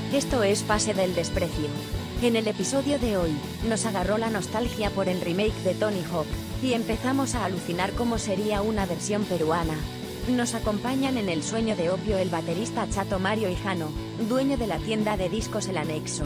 Esto es Pase del Desprecio. En el episodio de hoy, nos agarró la nostalgia por el remake de Tony Hawk, y empezamos a alucinar cómo sería una versión peruana. Nos acompañan en el sueño de opio el baterista Chato Mario Hijano, dueño de la tienda de discos El Anexo.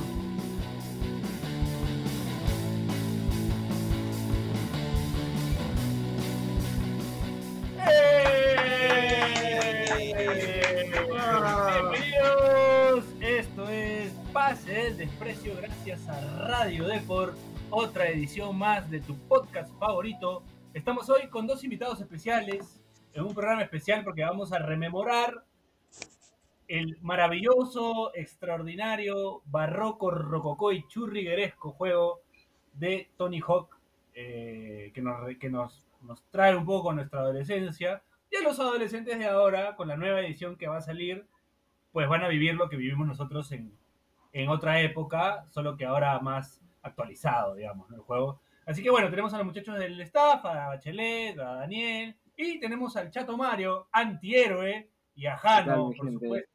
Bienvenidos, esto es Pase del Desprecio gracias a Radio Deport, otra edición más de tu podcast favorito. Estamos hoy con dos invitados especiales, en un programa especial porque vamos a rememorar el maravilloso, extraordinario, barroco, rococó y churrigueresco juego de Tony Hawk, que nos trae un poco nuestra adolescencia. Y a los adolescentes de ahora, con la nueva edición que va a salir, pues van a vivir lo que vivimos nosotros en otra época, solo que ahora más actualizado, digamos, ¿no? El juego. Así que bueno, tenemos a los muchachos del staff, a Bachelet, a Daniel, y tenemos al Chato Mario, antihéroe, y a Jano, por supuesto.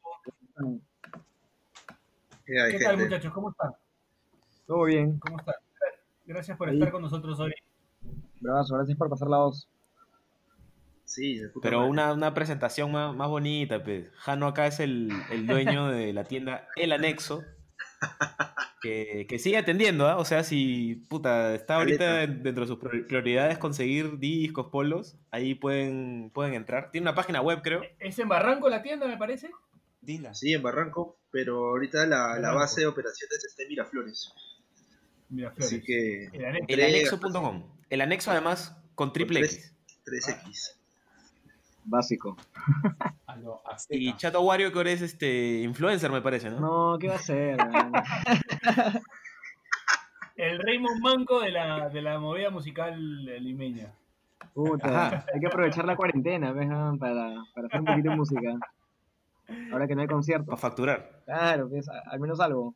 ¿Qué tal, muchachos? ¿Cómo están? Todo bien. ¿Cómo están? Gracias por estar con nosotros hoy. Bravazo, gracias por pasar la voz. Sí, de puta Pero madre. una presentación más bonita, pues. Jano acá es el dueño de la tienda El Anexo, que sigue atendiendo, ¿ah? O sea, si puta, está ahorita dentro de sus prioridades conseguir discos, polos, ahí pueden entrar. Tiene una página web, creo. ¿Es en Barranco la tienda, me parece? Dila. Sí, en Barranco, pero ahorita la Barranco. base de operaciones está en Miraflores. Miraflores. Así que El Anexo. Elanexo.com. El Anexo, además, con triple con X. 3X. Básico. A lo azteca. Y Chato Wario, que ahora es influencer, me parece, ¿no? No, ¿qué va a ser? Man? El Raymond Manco de la movida musical limeña. Puta, Ajá. hay que aprovechar la cuarentena, ¿ves? Para hacer un poquito de música. Ahora que no hay concierto. Para facturar. Claro, pues, al menos algo.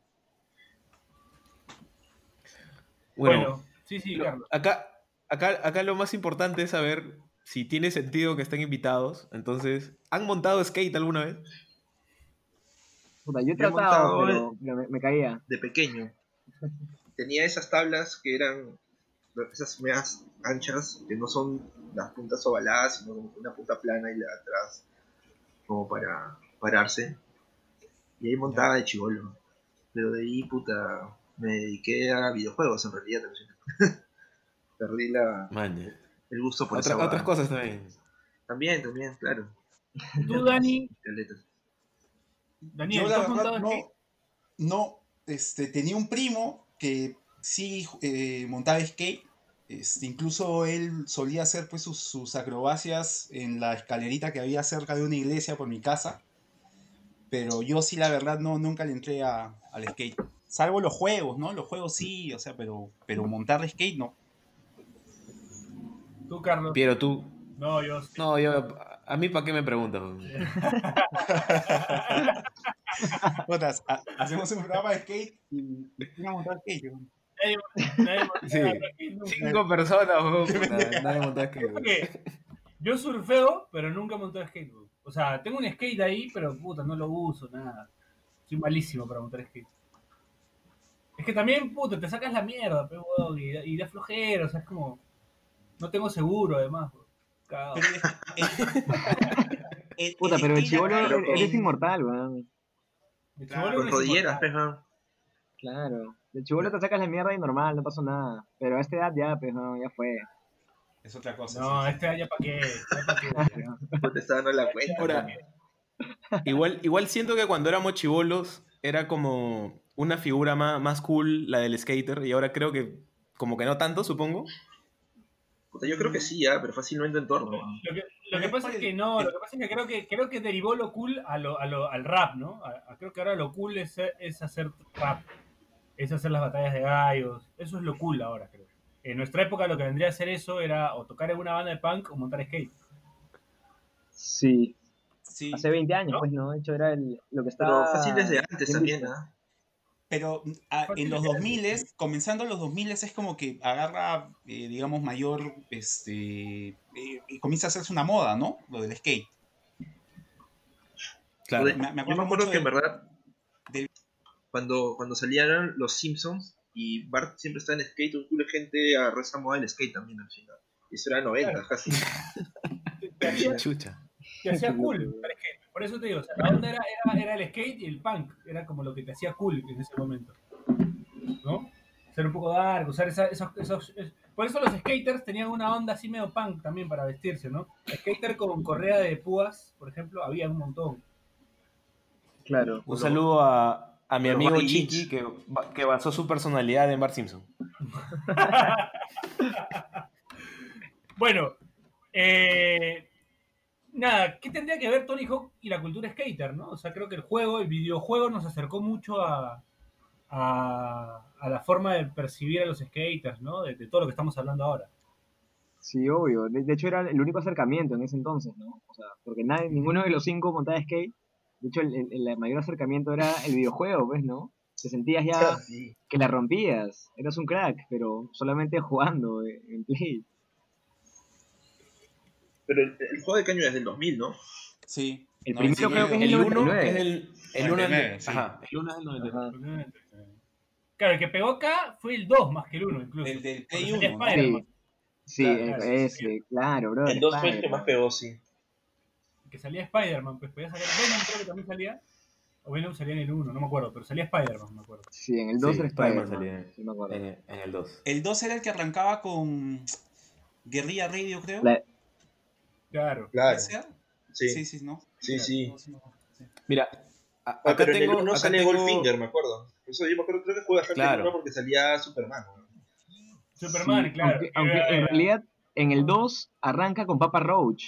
Bueno, sí, Carlos. Acá lo más importante es saber si tiene sentido que estén invitados. Entonces, ¿han montado skate alguna vez? Puta, yo he Yo he tratado, montado pero me caía. De pequeño. Tenía esas tablas que eran esas medias anchas, que no son las puntas ovaladas, sino como una punta plana y la de atrás, como para pararse. Y ahí montaba de chibolo. Pero de ahí, puta, me dediqué a videojuegos en realidad. Perdí Man, el gusto por esa otras huevada. cosas también. También, claro. Tú, Dani, Caletas. Daniel, Yo ¿tú la has montado verdad skate? no, tenía un primo que sí montaba skate, incluso él solía hacer pues sus acrobacias en la escalerita que había cerca de una iglesia por mi casa, pero yo sí la verdad nunca le entré al skate, salvo los juegos, ¿no? Los juegos sí, o sea, pero montar skate no. Tú, Carlos. Piero, tú. No, yo sí. No, a mí, ¿para qué me preguntas? Otras, hacemos un programa de skate y a montar skate. ¿No? Nadie Sí. skate nunca. 5 personas, puta, nadie monta skate. Porque yo surfeo, pero nunca monté skate. O sea, tengo un skate ahí, pero puta, no lo uso, nada. Soy malísimo para montar skate. Es que también, puta, te sacas la mierda, pero, y da flojera, o sea, es como... No tengo seguro, además. Cagado. Puta, pero el skate chibolo acá eres inmortal, weón. De Claro, chibolo Con no es rodilleras, importante. peja. Claro. De chibolo te sacas la mierda y normal, no pasó nada. Pero a esta edad ya, pues no, ya fue. es otra cosa. No, sí. este año para qué. Pues te está dando la cuenta. Ahora, igual siento que cuando éramos chibolos era como una figura más cool la del skater, y ahora creo que como que no tanto, supongo. Puta, yo creo que sí, pero fácilmente en torno. Lo que pasa es que no, lo que pasa es que creo que derivó lo cool al rap, ¿no? Creo que ahora lo cool es hacer rap, es hacer las batallas de gallos, eso es lo cool ahora, creo. En nuestra época lo que vendría a ser eso era o tocar en una banda de punk o montar skate. Sí. Sí. Hace 20 años, ¿No? pues no, de hecho era lo que Pero estaba... fácil desde antes bien también, visto. ¿ah? Pero en los 2000, comenzando los 2000 es como que agarra, digamos, mayor, y comienza a hacerse una moda, ¿no? Lo del skate. Claro. Yo me acuerdo que en verdad cuando salieron los Simpsons y Bart siempre estaba en skate, un culo de gente agarró esa moda del skate también al final. Y eso era 90 Claro. casi. Te hacía, Chucha. te hacía cool el skate. Por eso te digo, o sea, la onda era el skate y el punk. Era como lo que te hacía cool en ese momento. ¿No? Ser un poco dark, usar por eso los skaters tenían una onda así medio punk también para vestirse, ¿no? Skater con correa de púas, por ejemplo, había un montón. Claro. Un saludo a mi Los amigo Baggy Chiqui, que basó su personalidad en Bart Simpson. Bueno, nada, ¿qué tendría que ver Tony Hawk y la cultura skater, no? O sea, creo que el videojuego nos acercó mucho a la forma de percibir a los skaters, ¿no? De todo lo que estamos hablando ahora. Sí, obvio. De hecho, era el único acercamiento en ese entonces, ¿no? O sea, porque ninguno de los 5 montaba skate. De hecho, el mayor acercamiento era el videojuego, pues, ¿no? Te sentías ya Sí. que la rompías. Eras un crack, pero solamente jugando en Play. Pero el juego de caño es del 2000, ¿no? Sí. El primero creo que es El 1 99. es el 1 99, sí. Ajá, el 1 es el 99. Ajá. Claro, el que pegó acá fue el 2 más que el 1, incluso. El del Porque Play salía 1, ¿no? Spider-Man. Sí, Claro, ese, claro, bro. El 2 fue el que más pegó, sí. Que salía Spider-Man, pues podía sacar. Venom creo que también salía. O Venom salía en el 1, no me acuerdo, pero salía Spider-Man, me acuerdo. Sí, en el 2 Sí, era Spider-Man Spider-Man. salía Sí, me acuerdo. en el 2. El 2 era el que arrancaba con Guerrilla Radio, creo. Claro. ¿Puede Claro. ser? Sí, Sí, ¿no? sí, sí. Sí. Mira, Ah, acá pero en el tengo, 1 acá sale tengo- Goldfinger, me acuerdo. Por eso yo me acuerdo, creo que jugué bastante Claro. el 1 porque salía Superman, ¿no? Superman, Sí, claro. aunque en realidad en el 2 arranca con Papa Roach.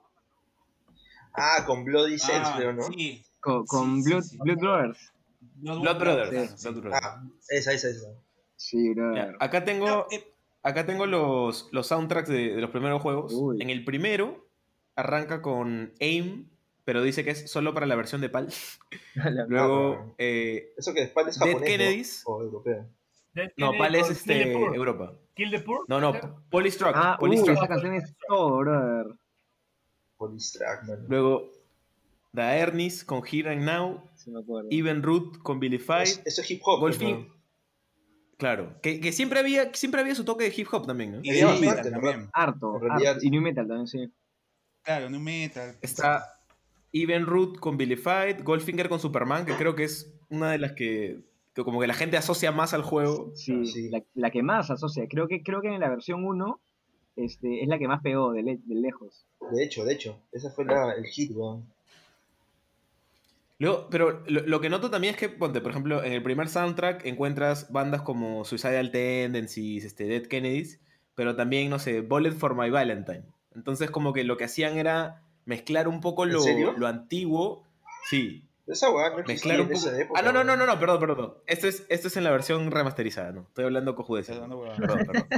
Ah, con Bloody Cells, creo, ¿no? Sí. Con Sí, Blood, sí. Blood Brothers. Blood Brothers. claro, sí. Blood Brothers. Ah, esa. Sí, Mira, brother. acá tengo los soundtracks de los primeros juegos. Uy. En el primero arranca con AIM, pero dice que es solo para la versión de PAL. Luego, Eso que después es Dead japonés, Kennedys. ¿no? O europeo. No, PAL es Kill the Poor. Europa. Kill the Poor. No, Polystruck. Ah, Polystruck. esa canción es todo, brother. Polystrack, man. Luego, The Ernis con Here and Now. Sí, me acuerdo. Even Root con Billy Five. Eso es hip hop, Golfing. ¿no? Claro, que siempre había su toque de hip hop también, ¿no? Y Sí, de bastante, metal ¿no? también. Harto, En realidad- harto. Y New Metal también, sí. Claro, New Metal. Está Even Root con Billy Fight, Goldfinger con Superman, que creo que es una de las que como que la gente asocia más al juego. Sí, Sí. La que más asocia. Creo que en la versión 1 es la que más pegó de lejos. De hecho, ese fue el hit, weón. Luego, pero lo que noto también es que, ponte, por ejemplo, en el primer soundtrack encuentras bandas como Suicidal Tendencies, Dead Kennedys, pero también, no sé, Bullet for My Valentine. Entonces, como que lo que hacían era mezclar un poco ¿En serio? lo antiguo. Sí, Esa weá no existía mezclar un en poco. esa época. Ah, no, weón. perdón. Esto es en la versión remasterizada, ¿no? Estoy hablando cojudeces. Estoy dando huevada. Perdón.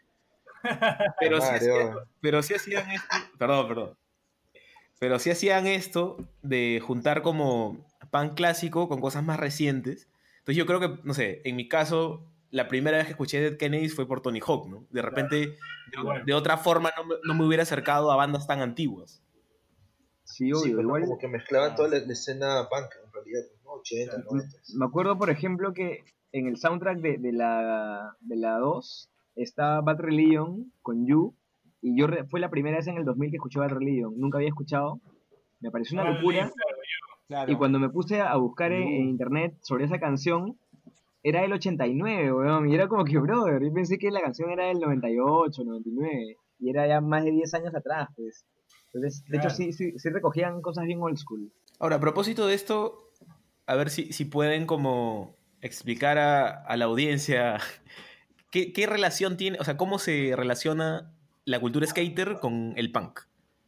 Pero sí, Madre, weón. pero sí hacían esto. Perdón. Pero sí hacían esto de juntar como pan clásico con cosas más recientes. Entonces yo creo que, no sé, en mi caso, la primera vez que escuché Dead Kennedys fue por Tony Hawk, ¿no? De repente, de otra forma, no me hubiera acercado a bandas tan antiguas. Sí, Sí, obvio. pero Igual como que mezclaban toda la escena punk, en realidad, ¿no? 80, 90. me acuerdo, por ejemplo, que en el soundtrack de la 2 está Bad Religion con You. Y fue la primera vez en el 2000 que escuché Bad Religion. Nunca había escuchado. Me pareció una locura. Claro. Y cuando me puse a buscar en internet sobre esa canción, era del 89, weón. Y era como que, brother, yo pensé que la canción era del 98, 99. Y era ya más de 10 años atrás, pues. Entonces, de hecho, sí recogían cosas bien old school. Ahora, a propósito de esto, a ver si pueden como explicar a la audiencia qué relación tiene, o sea, cómo se relaciona la cultura skater con el punk.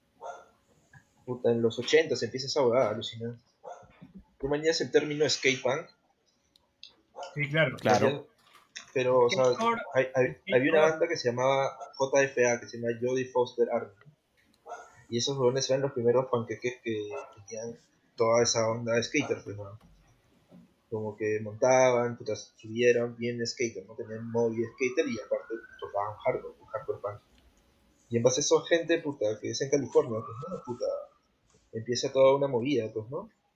Puta, en los 80 se empieza esa huevada, alucinante. ¿Tú manías el término skate punk? Sí, claro. Claro. Pero, o sea, Skateboard. había una banda que se llamaba JFA, que se llama Jodie Foster Army. Y esos huevones eran los primeros panqueques que tenían toda esa onda de skater, pues, ¿no? Como que montaban, putas, subieron bien skater, ¿no? Tenían modo de skater y aparte tocaban hardcore punk. Y en base a eso, gente, puta, que es en California, pues, ¿no? Puta, empieza toda una movida, pues, ¿no?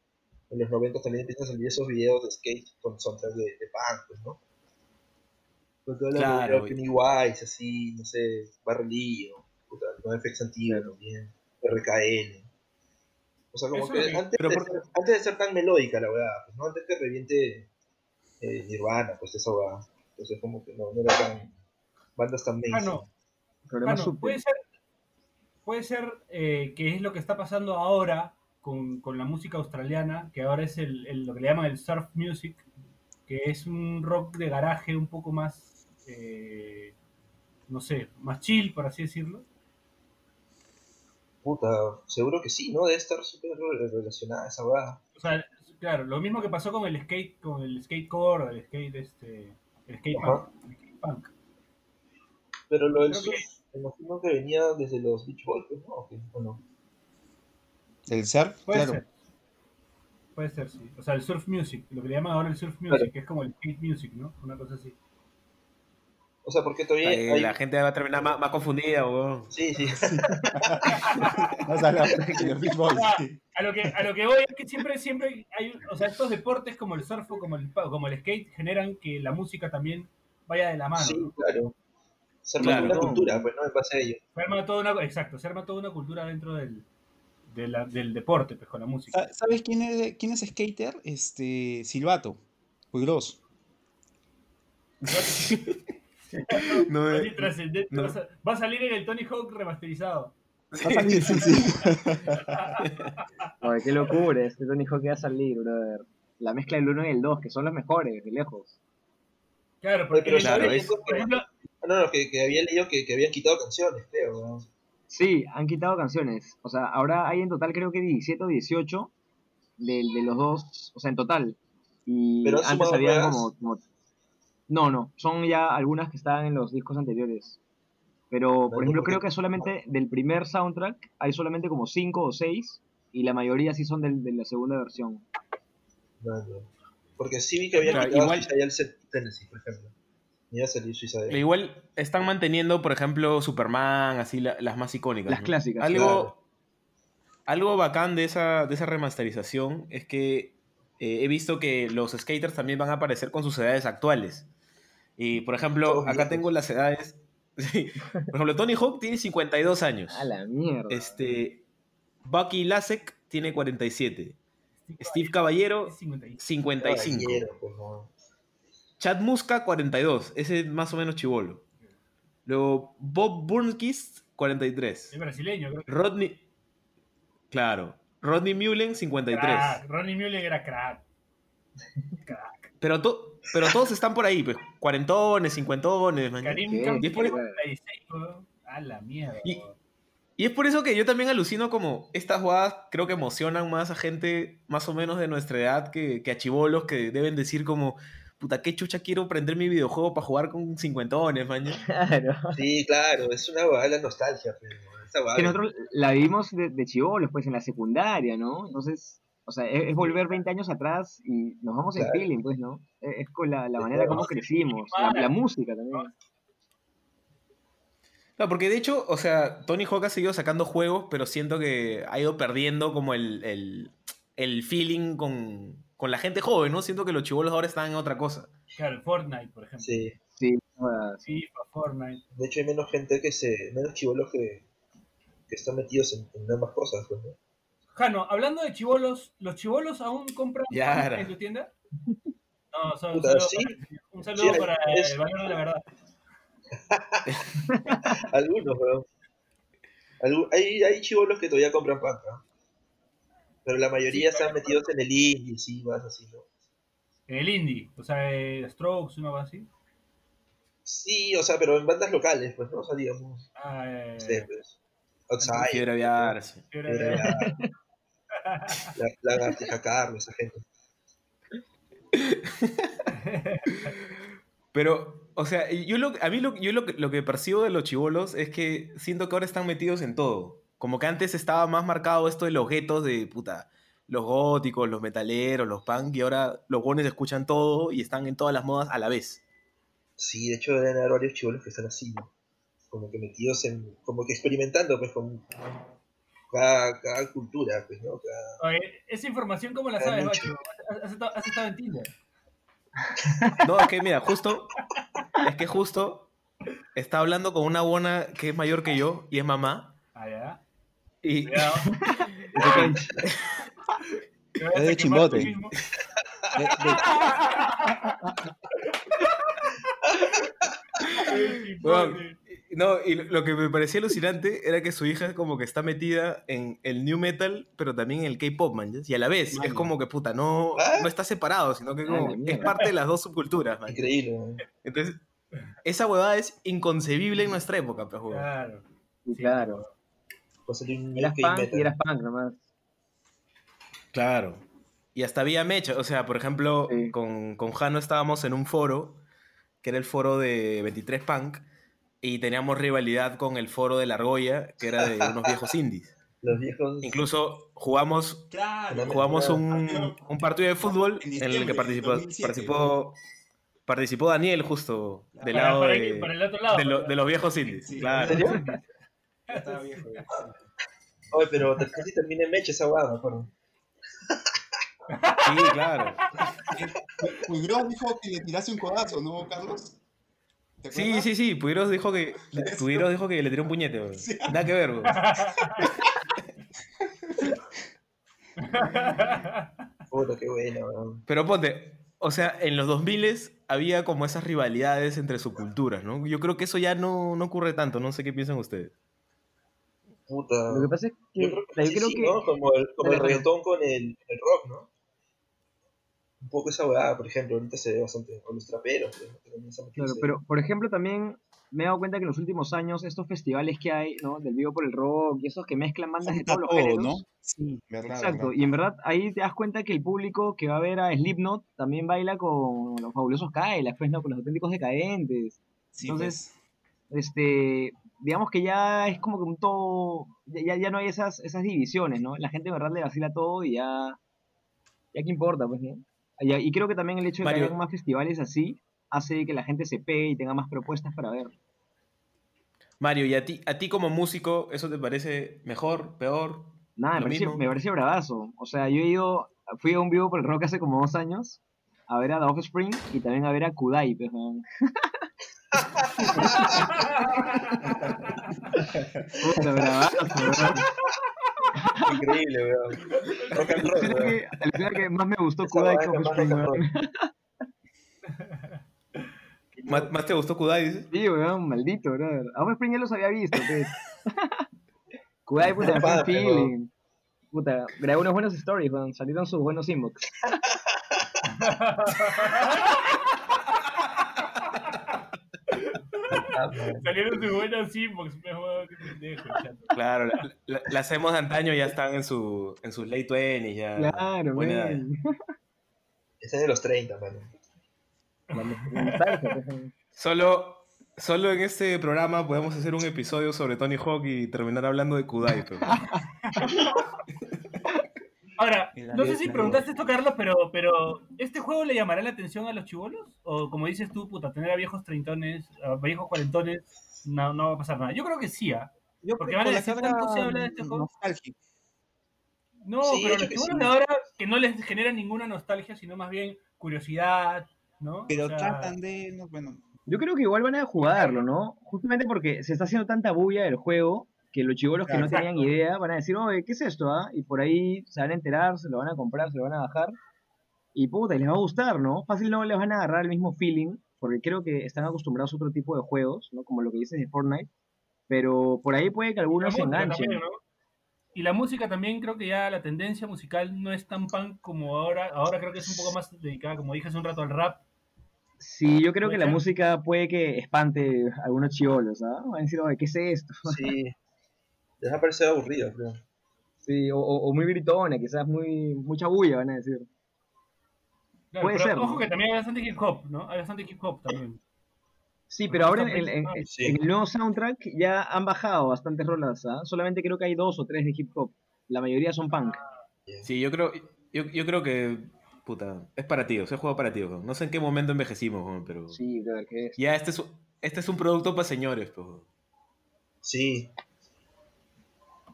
en los 90 también empiezan a salir esos videos de skate con soundtrack de punk, pues, ¿no? Con toda la movida Claro. Pennywise, así, no sé, Barrelillo, puta, NoFX Antigua también, RKL. O sea, como Eso es que lo que... Pero antes de ser tan melódica la weá, pues, ¿no? Antes que reviente Nirvana, pues esa weá. Entonces como que no era tan bandas tan mainstream. Jano, Problema Jano, súper. puede ser que es lo que está pasando ahora con la música australiana, que ahora es lo que le llaman el surf music, que es un rock de garaje un poco más, no sé, más chill, por así decirlo. Puta, seguro que sí, ¿no? Debe estar súper relacionada a esa weá. O sea, claro, lo mismo que pasó con el skatecore, el skate Ajá. punk, el skate punk. Pero lo del Creo que surf, me imagino que venía desde los Beach Boys, pues, ¿no? ¿O no? El surf, puede claro. ser, puede ser, sí. O sea, el surf music, lo que le llaman ahora el surf Claro. music, que es como el skate music, ¿no? Una cosa así. O sea, porque todavía hay... La gente va a terminar más confundida, weón. Sí, sí. Vas a hablar de los Beach Boys. Ah, a lo que voy es que siempre hay, o sea, estos deportes como el surf o como el skate generan que la música también vaya de la mano, Sí, ¿no? claro. Se arma Claro. una cultura, pues, ¿no? En base a ello. Exacto, se arma toda una cultura dentro del deporte, pues, con la música. ¿Sabes quién es skater? Silvato, Puigros. No, Así trascendente, no. va a salir en el Tony Hawk remasterizado. Va a salir, sí. Oye, qué locura, este Tony Hawk que va a salir, brother. La mezcla del 1 y el 2, que son los mejores, de lejos. Claro, Oye, porque pero la Claro, historia, es- por ejemplo, No, que había leído que habían quitado canciones, creo, ¿no? Sí, han quitado canciones. O sea, ahora hay en total creo que 17 o 18 de los dos, o sea, en total. Pero Y han antes sumado habían nuevas. No, son ya algunas que estaban en los discos anteriores. Pero, por ¿No? ejemplo, Porque, creo que solamente del primer soundtrack hay solamente como 5 o 6 y la mayoría sí son de la segunda versión. no. Porque sí vi que habían claro, quitado igual, Suicide Set Tennessee, por ejemplo. Y iba a salir Suicide. igual están manteniendo, por ejemplo, Superman, así las más icónicas, Las ¿no? clásicas, sí. Claro. Algo bacán de esa remasterización es que he visto que los skaters también van a aparecer con sus edades actuales. Y, por ejemplo, Todos acá tengo viejos. las edades. Sí. Por ejemplo, Tony Hawk tiene 52 A años. la mierda. Bucky Lasek tiene 47. Steve Caballero, 55. 55. Caballero, pues, no. Chad Muska, 42. Ese es más o menos chivolo. Luego, Bob Burnquist, Es 43. brasileño, creo que. Rodney, claro. Rodney Mullen, 53. Crack. Ronnie Mullen era crack. Crack. Pero todos están por ahí, pues. Cuarentones, cincuentones, man. Karim Qué Khan Y es por, tiene bestia, 46, weón. A la mierda, y, weón. y es por eso que yo también alucino como estas jugadas creo que emocionan más a gente más o menos de nuestra edad que a chibolos que deben decir como, puta, qué chucha quiero prender mi videojuego para jugar con cincuentones, man. Claro. Sí, claro, es una huevada la nostalgia, pero esa Es huevada que nosotros la vivimos de chibolos, pues en la secundaria, ¿no? Entonces, o sea, es volver 20 años atrás y nos vamos en claro, feeling, pues, ¿no? Es con la de manera todo. como crecimos, la música también. No, porque de hecho, o sea, Tony Hawk ha seguido sacando juegos, pero siento que ha ido perdiendo como el feeling con la gente joven, ¿no? Siento que los chibolos ahora están en otra cosa. Claro, el Fortnite, por ejemplo. Sí, Sí, FIFA, Fortnite. de hecho hay menos gente menos chivolos que están metidos en ambas cosas, pues, ¿no? Jano, hablando de chivolos, ¿los chivolos aún compran pan en Yara. tu tienda? No, Puta, sí, un sí, saludo para es el valor de la verdad. algunos, weón. Hay chivolos que todavía compran pan, ¿no? Pero la Sí, mayoría están metidos en el indie, sí, más así, ¿no? en el indie, o sea, Strokes, una cosa así. Sí, o sea, pero en bandas locales, pues, ¿no? O sea, digamos, Ah, no sé, pues, Outside, Fiebre aviar, sí. Fiebre de- la Gartija Carlos, esa gente. Pero, o sea, yo lo que percibo de los chibolos es que siento que ahora están metidos en todo. Como que antes estaba más marcado esto de los guetos de, puta, los góticos, los metaleros, los punk, y ahora los buenos escuchan todo y están en todas las modas a la vez. Sí, de hecho deben haber varios chivolos que están así, ¿no? Como que metidos como que experimentando, pues, cada cultura, pues, ¿no? Oye, esa información, ¿cómo la Cada sabes, nicho. Bacho? ¿Has estado en Tinder? No, es que mira, justo estaba hablando con una buena que es mayor que yo y es mamá. Ah, ya. Y, Cuidado. Ese concha. Te vayas Es de a quemar tú Chimbote. mismo. Bueno, no, y lo que me parecía alucinante era que su hija como que está metida en el new metal, pero también en el K-pop, man. ¿Ya? Y a la vez, es Mano. como que puta, no está separado, sino que Ah, como la es mierda. parte de las dos subculturas, man. Increíble, ¿no? Entonces, esa huevada es inconcebible en nuestra época, pues, huevón. Claro. Sí, Sí, claro. pues, Va a salir un New Eras K punk y eras Metal. punk nomás. Claro. Y hasta había mecha, o sea, por ejemplo, Sí. con Jano estábamos en un foro, que era el foro de 23 Punk, y teníamos rivalidad con el foro de La Argolla, que era de unos viejos indies. Los viejos. Incluso jugamos Claro. jugamos Partido- un partido de fútbol en en el que diciembre del 2007. participó Daniel justo del Para, lado para, de, para el otro lado. de los viejos indies. Sí. Claro. ¿En serio? Ya estaba viejo. Ya. Oye, pero casi termina en mecha esa guada, me acuerdo. Sí, claro. Fulgros dijo que le tirase un codazo, ¿no, Carlos? ¿Te acuerdas? Sí. Pudieros dijo que le tiró un puñete, weón. Sí. Nada que ver, weón. Puta, qué buena, weón. Pero ponte, o sea, en los 2000 había como esas rivalidades entre subculturas, ¿no? Yo creo que eso ya no ocurre tanto, no sé qué piensan ustedes. Puta. Lo que pasa es que, Yo creo que yo creo sí, que ¿no? Como el Dale, dale. reggaetón con el rock, ¿no? Un poco esa hueá, por ejemplo, ahorita se ve bastante con los traperos, pues, ¿no? Que también se han metido claro, ahí. pero por ejemplo también me he dado cuenta que en los últimos años estos festivales que hay, ¿no? Del Vivo por el Rock y esos que mezclan bandas de Junta todos los todo, géneros. ¿no? Sí, verdad, Exacto, verdad. y en verdad ahí te das cuenta que el público que va a ver a Slipknot también baila con los fabulosos Cadillacs, pues, ¿no? Con los auténticos decadentes. Sí, Entonces, pues. digamos que ya es como que un todo, ya no hay esas divisiones, ¿no? La gente en verdad le vacila todo y ya qué importa, pues, ¿no? Y creo que también el hecho de que hayan Mario, más festivales así hace que la gente se pegue y tenga más propuestas para ver. ¿Y a ti como músico, eso te parece mejor, peor, Nada, lo me mismo? parece bravazo. O sea, fui a un vivo por el rock hace como 2 años a ver a The Offspring y también a ver a Kudai, pues, ¿no? Puta, bravazo, weón. Increíble, weón. Rock and roll, weón. Alucina que más me gustó Esa Kudai hueá que es lo más Offspring, rock and weón. roll. ¿Más te gustó Kudai, dices? Sí, weón, maldito, brother. A Offspring ya los había visto, pues. Kudai, puta, me fue un Padre, feeling. Puta, grabé unos buenos stories, weón. Salieron sus buenos inbox. Salieron tus buenas inbox, mejor que pendejo, chato. Claro, las emos de antaño ya están en sus late 20s, ya. Claro, buena edad. man. Ese es de los 30, mano. La nostalgia, pues. Solo en este programa podemos hacer un episodio sobre Tony Hawk y terminar hablando de Kudai, pero... Ahora, En la no sé vida, si en la preguntaste esto, Carlos, pero ¿este juego le llamará la atención a los chibolos? O como dices tú, puta, tener a viejos treintones, a viejos cuarentones, no va a pasar nada. Yo creo que sí, ¿ah? Yo Porque creo van a que la decir, carga tanto se habla de este juego. nostálgica. No, Sí, pero yo los que chibolos sí. de ahora, que no les genera ninguna nostalgia, sino más bien curiosidad, ¿no? Pero O sea, tratan de. No, bueno, Yo creo que igual van a jugarlo, ¿no? Justamente porque se está haciendo tanta bulla del juego que los chibolos que no Exacto. tenían idea van a decir, oye, ¿qué es esto, ah? Y por ahí se van a enterar, se lo van a comprar, se lo van a bajar. Y puta, y les va a gustar, ¿no? Fácil no les van a agarrar el mismo feeling, porque creo que están acostumbrados a otro tipo de juegos, ¿no? Como lo que dices de Fortnite. Pero por ahí puede que la algunos se música enganchen. también, ¿no? Y la música también, creo que ya la tendencia musical no es tan punk como ahora. Ahora creo que es un poco más dedicada, como dije hace un rato, al rap. Sí, yo creo Puede que la ser. música puede que espante a algunos chibolos, ¿ah? Van a decir, oye, ¿qué es esto? Sí. Les va a parecer aburrido, creo. Sí, o muy gritona, quizás mucha bulla, van a decir. Claro, Puede pero ser, ojo ¿no? que también hay bastante hip hop, ¿no? Hay bastante hip hop también. Sí, Porque pero ahora justo Sí. en el nuevo soundtrack ya han bajado bastantes rolas, ¿ah? Solamente creo que hay 2 o 3 de hip hop. La mayoría son punk. Sí, yo creo que, puta, es para tíos, es juego para tíos, weón. No sé en qué momento envejecimos, weón, pero... Sí, claro que es. Ya este es un producto para señores, pues. Sí.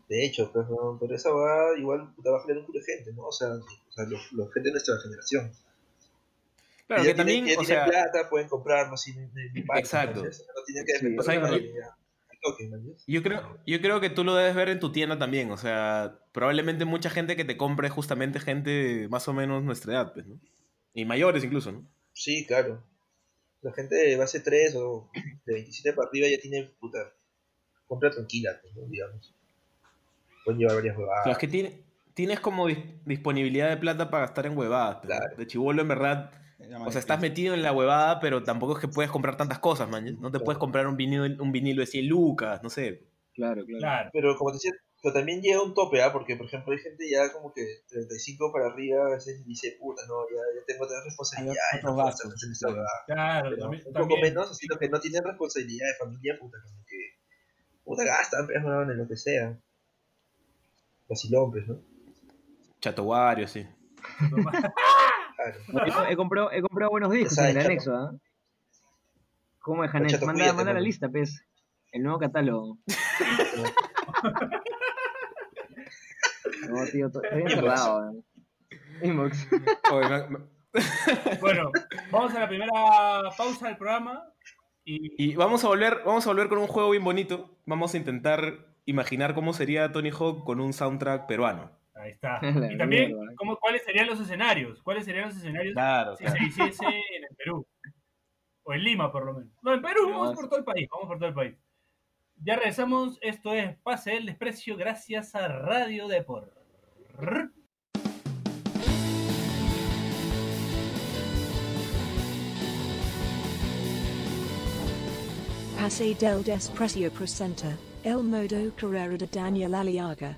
De hecho, pues, no, pero esa va igual puta, va a generar un culo de gente, ¿no? O sea los gente de nuestra generación. Claro, Que que ya tienen, también, o tienen sea, plata, pueden comprarlo sin ni pago, exacto. ¿no? No tienen que Sí, defender o sea, la yo- al toque, ¿no? yo creo que tú lo debes ver en tu tienda también. O sea, probablemente mucha gente que te compre es justamente gente más o menos nuestra edad, pues, ¿no? Y mayores incluso, ¿no? Sí, claro. La gente de base 3 o de 27 para arriba ya tiene puta compra tranquila, pues, ¿no? Digamos. Pueden llevar varias Claro, es huevadas. que tienes como disponibilidad de plata para gastar en huevadas, pues, ¿no? Claro, De chibolo, en verdad, Era o más sea, estás difícil. metido en la huevada, pero tampoco es que puedes comprar tantas cosas, man. No te puedes claro. comprar un vinilo de 100 lucas, no sé. Claro, claro. Claro. Pero como te decía, pero también llega un tope, ¿ah? Porque, por ejemplo, hay gente ya como que 35 para arriba a veces dice, puta, no, ya tengo otras Hay responsabilidades, no otros puedo estar gastos. en esta Claro. huevada. Claro, Pero también, un poco también. menos, así los que no tienen responsabilidad de familia, puta, como que, puta, gastan, pues, weón, en lo que sea. Vacilón, pues, ¿no? Chatowario, sí. Claro. No, yo he comprado buenos Ya discos en sabes, el chato. anexo, ¿ah? ¿Cómo es, Pero, Janet? chato, Manda cuídate, la mano. lista, pues. El nuevo catálogo. No, tío, estoy Inbox. encerrado. Inbox. Oye, Bueno, vamos a la primera pausa del programa. Y vamos a volver con un juego bien bonito. Vamos a intentar imaginar cómo sería Tony Hawk con un soundtrack peruano. Ahí está. La Y también, mierda. ¿cuáles serían los escenarios? ¿Cuáles serían los escenarios Claro, si claro. se hiciese en el Perú? O en Lima, por lo menos. No, en Perú, vamos por todo el país. Vamos por todo el país. Ya regresamos. Esto es Pase del Desprecio gracias a Radio Depor. Pase del Desprecio presenta El Modo Carrera de Daniel Aliaga.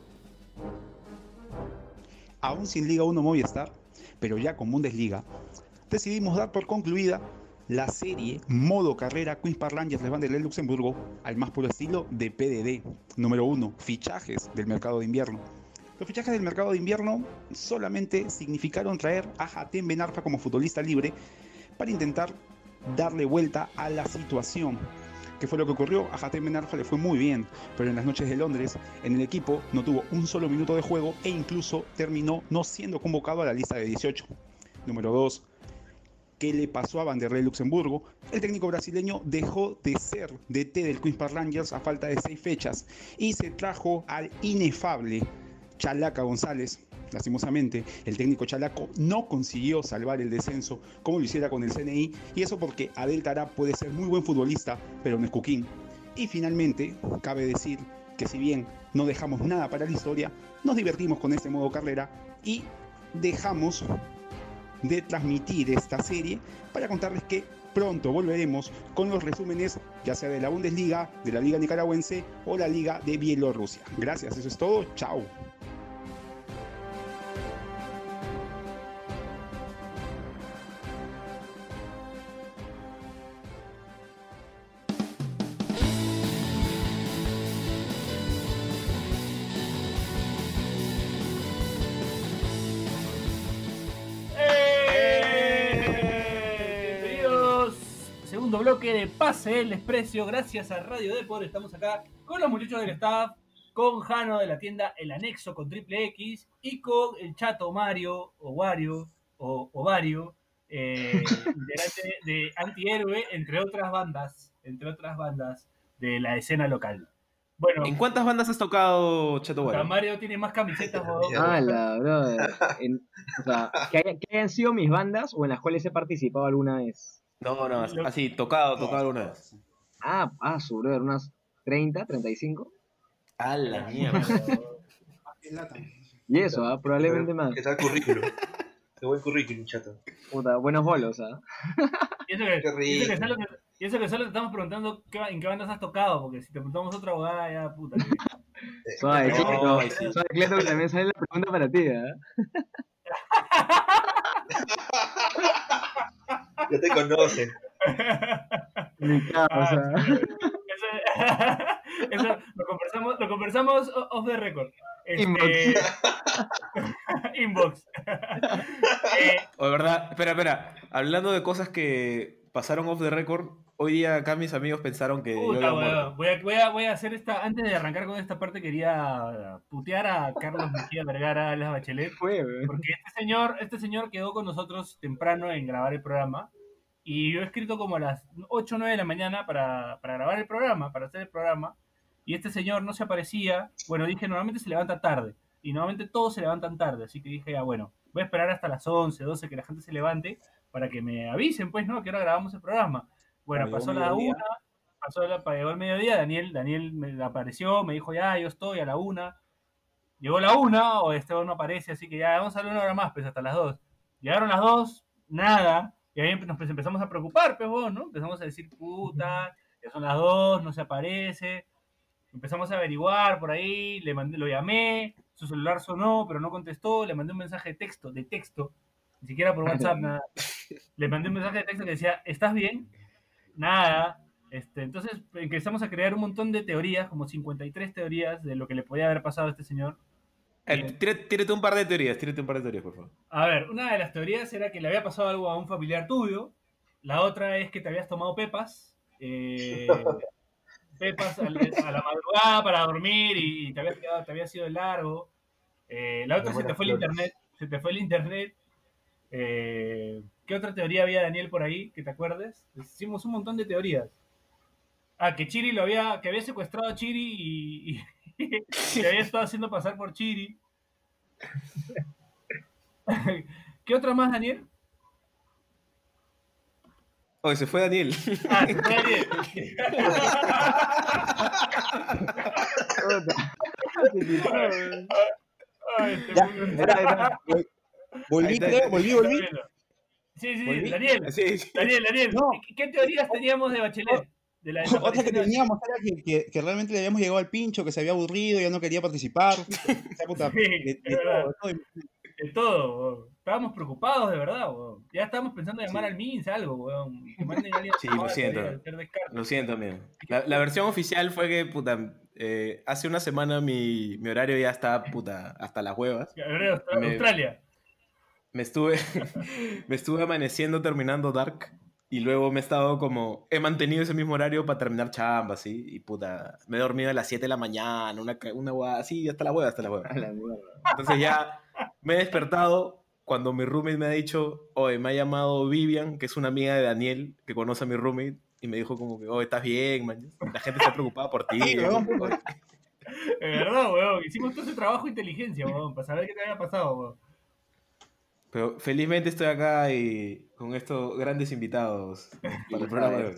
Aún sin Liga 1 Movistar, pero ya con Bundesliga, decidimos dar por concluida la serie Modo Carrera Queens Park Rangers Les Van der Luxemburgo al más puro estilo de PDD. Número 1. Fichajes del mercado de invierno. Los fichajes del mercado de invierno solamente significaron traer a Hatem Ben Arfa como futbolista libre para intentar darle vuelta a la situación. ¿Qué fue lo que ocurrió? A Hatem Ben Arfa le fue muy bien, pero en las noches de Londres, en el equipo no tuvo un solo minuto de juego e incluso terminó no siendo convocado a la lista de 18. Número 2. ¿Qué le pasó a Vanderlei Luxemburgo? El técnico brasileño dejó de ser DT del Queens Park Rangers a falta de 6 fechas y se trajo al inefable Chalaca González. Lastimosamente, el técnico chalaco no consiguió salvar el descenso como lo hiciera con el CNI, y eso porque Adel Tará puede ser muy buen futbolista, pero no es Cuquín. Y finalmente, cabe decir que si bien no dejamos nada para la historia, nos divertimos con este modo carrera y dejamos de transmitir esta serie para contarles que pronto volveremos con los resúmenes, ya sea de la Bundesliga, de la Liga Nicaragüense o la Liga de Bielorrusia. Gracias, eso es todo, chao. Bienvenidos. Segundo bloque de Pase del Desprecio gracias a Radio Depor. Estamos acá con los muchachos del staff, con Jano de la tienda El Anexo con Triple X y con el chato Mario o Wario o Ovario, integrante de Antihéroe, entre otras bandas de la escena local. Bueno, ¿En cuántas bandas has tocado, Chato puta, Guaro? Mario tiene más camisetas, huevón. ¡Hala, brother! O sea, que hayan sido mis bandas o en las cuales he participado alguna vez. No, así, tocado alguna vez. Su brother, unas 30, 35. A la mierda. Y eso, probablemente más. ¿Qué tal currículum? Qué buen currículum, chato. Puta, buenos bolos, Y eso que, Qué rico. y eso que solo te estamos preguntando en qué bandas has tocado, porque si te preguntamos otra abogada, ya puta. Suave, No, Cleto. sí. Suave, Cleto, que también sale la pregunta para ti, Ya te conocen. Mi causa. Eso lo conversamos off the record. Inbox. O de verdad, espera. Hablando de cosas que pasaron off the record. Hoy día acá mis amigos pensaron que yo Puta, había muerto. weón. Voy a hacer esta. Antes de arrancar con esta parte, quería putear a Carlos Mejía Vergara, alias Bachelet. Fue, weón. Porque este señor quedó con nosotros temprano en grabar el programa. Y yo he escrito como a las 8 o 9 de la mañana para grabar el programa, para hacer el programa. Y este señor no se aparecía. Bueno, dije, normalmente se levanta tarde. Y normalmente todos se levantan tarde. Así que dije, bueno, voy a esperar hasta las 11, 12 que la gente se levante para que me avisen, pues, ¿no? Que ahora grabamos el programa. Bueno, Claro, pasó llegó la mediodía. 1, llegó el mediodía. Daniel me apareció, me dijo, ya, yo estoy a la 1. Llegó la 1, o Esteban no aparece, así que ya vamos a hablar una hora más, pues hasta las 2. Llegaron las 2, nada. Y ahí nos empezamos a preocupar, pues vos, ¿no? Empezamos a decir, puta, ya son las 2, no se aparece. Empezamos a averiguar por ahí, lo llamé, su celular sonó, pero no contestó, le mandé un mensaje de texto, ni siquiera por WhatsApp, nada. Le mandé un mensaje de texto que decía, ¿estás bien? Nada. Entonces empezamos a crear un montón de teorías, como 53 teorías de lo que le podía haber pasado a este señor. Tírate un par de teorías, por favor. A ver, una de las teorías era que le había pasado algo a un familiar tuyo. La otra es que te habías tomado pepas. Pepas a la madrugada para dormir y te habías ido de largo. La otra, se te fue el internet. ¿Qué otra teoría había, Daniel, por ahí, que te acuerdes? Hicimos un montón de teorías. Que Chiri que había secuestrado a Chiri y se había estado haciendo pasar por Chiri. ¿Qué otra más, Daniel? Oye, se fue Daniel. Se fue Daniel. Volví. Sí, ¿Volví? Daniel. Sí. Daniel. No. ¿Qué teorías teníamos de Bachelet? De la Otra que desaparición de teníamos era que realmente le habíamos llegado al pincho, que se había aburrido, ya no quería participar. Puta, Sí, es verdad. De todo, weón. Estábamos preocupados, de verdad, weón. Ya estábamos pensando en llamar al MINS, algo, weón. Que manden a alguien a Sí, tomar, lo siento. a hacer descarte. Lo siento, amigo. La versión oficial fue que, puta, hace una semana mi horario ya está, puta, hasta las huevas. Australia. Me estuve amaneciendo terminando Dark y luego he mantenido ese mismo horario para terminar chamba, ¿sí? Y puta, me he dormido a las 7 de la mañana, una hueá así, hasta la hueva. Entonces ya me he despertado cuando mi roommate me ha dicho, oye, me ha llamado Vivian, que es una amiga de Daniel, que conoce a mi roommate, y me dijo como que, oye, ¿estás bien, man? La gente está preocupada por ti. Sí, weón. Es verdad, weón. Hicimos todo ese trabajo de inteligencia, weón, para saber qué te había pasado, weón. Pero felizmente estoy acá y con estos grandes invitados para el programa de hoy.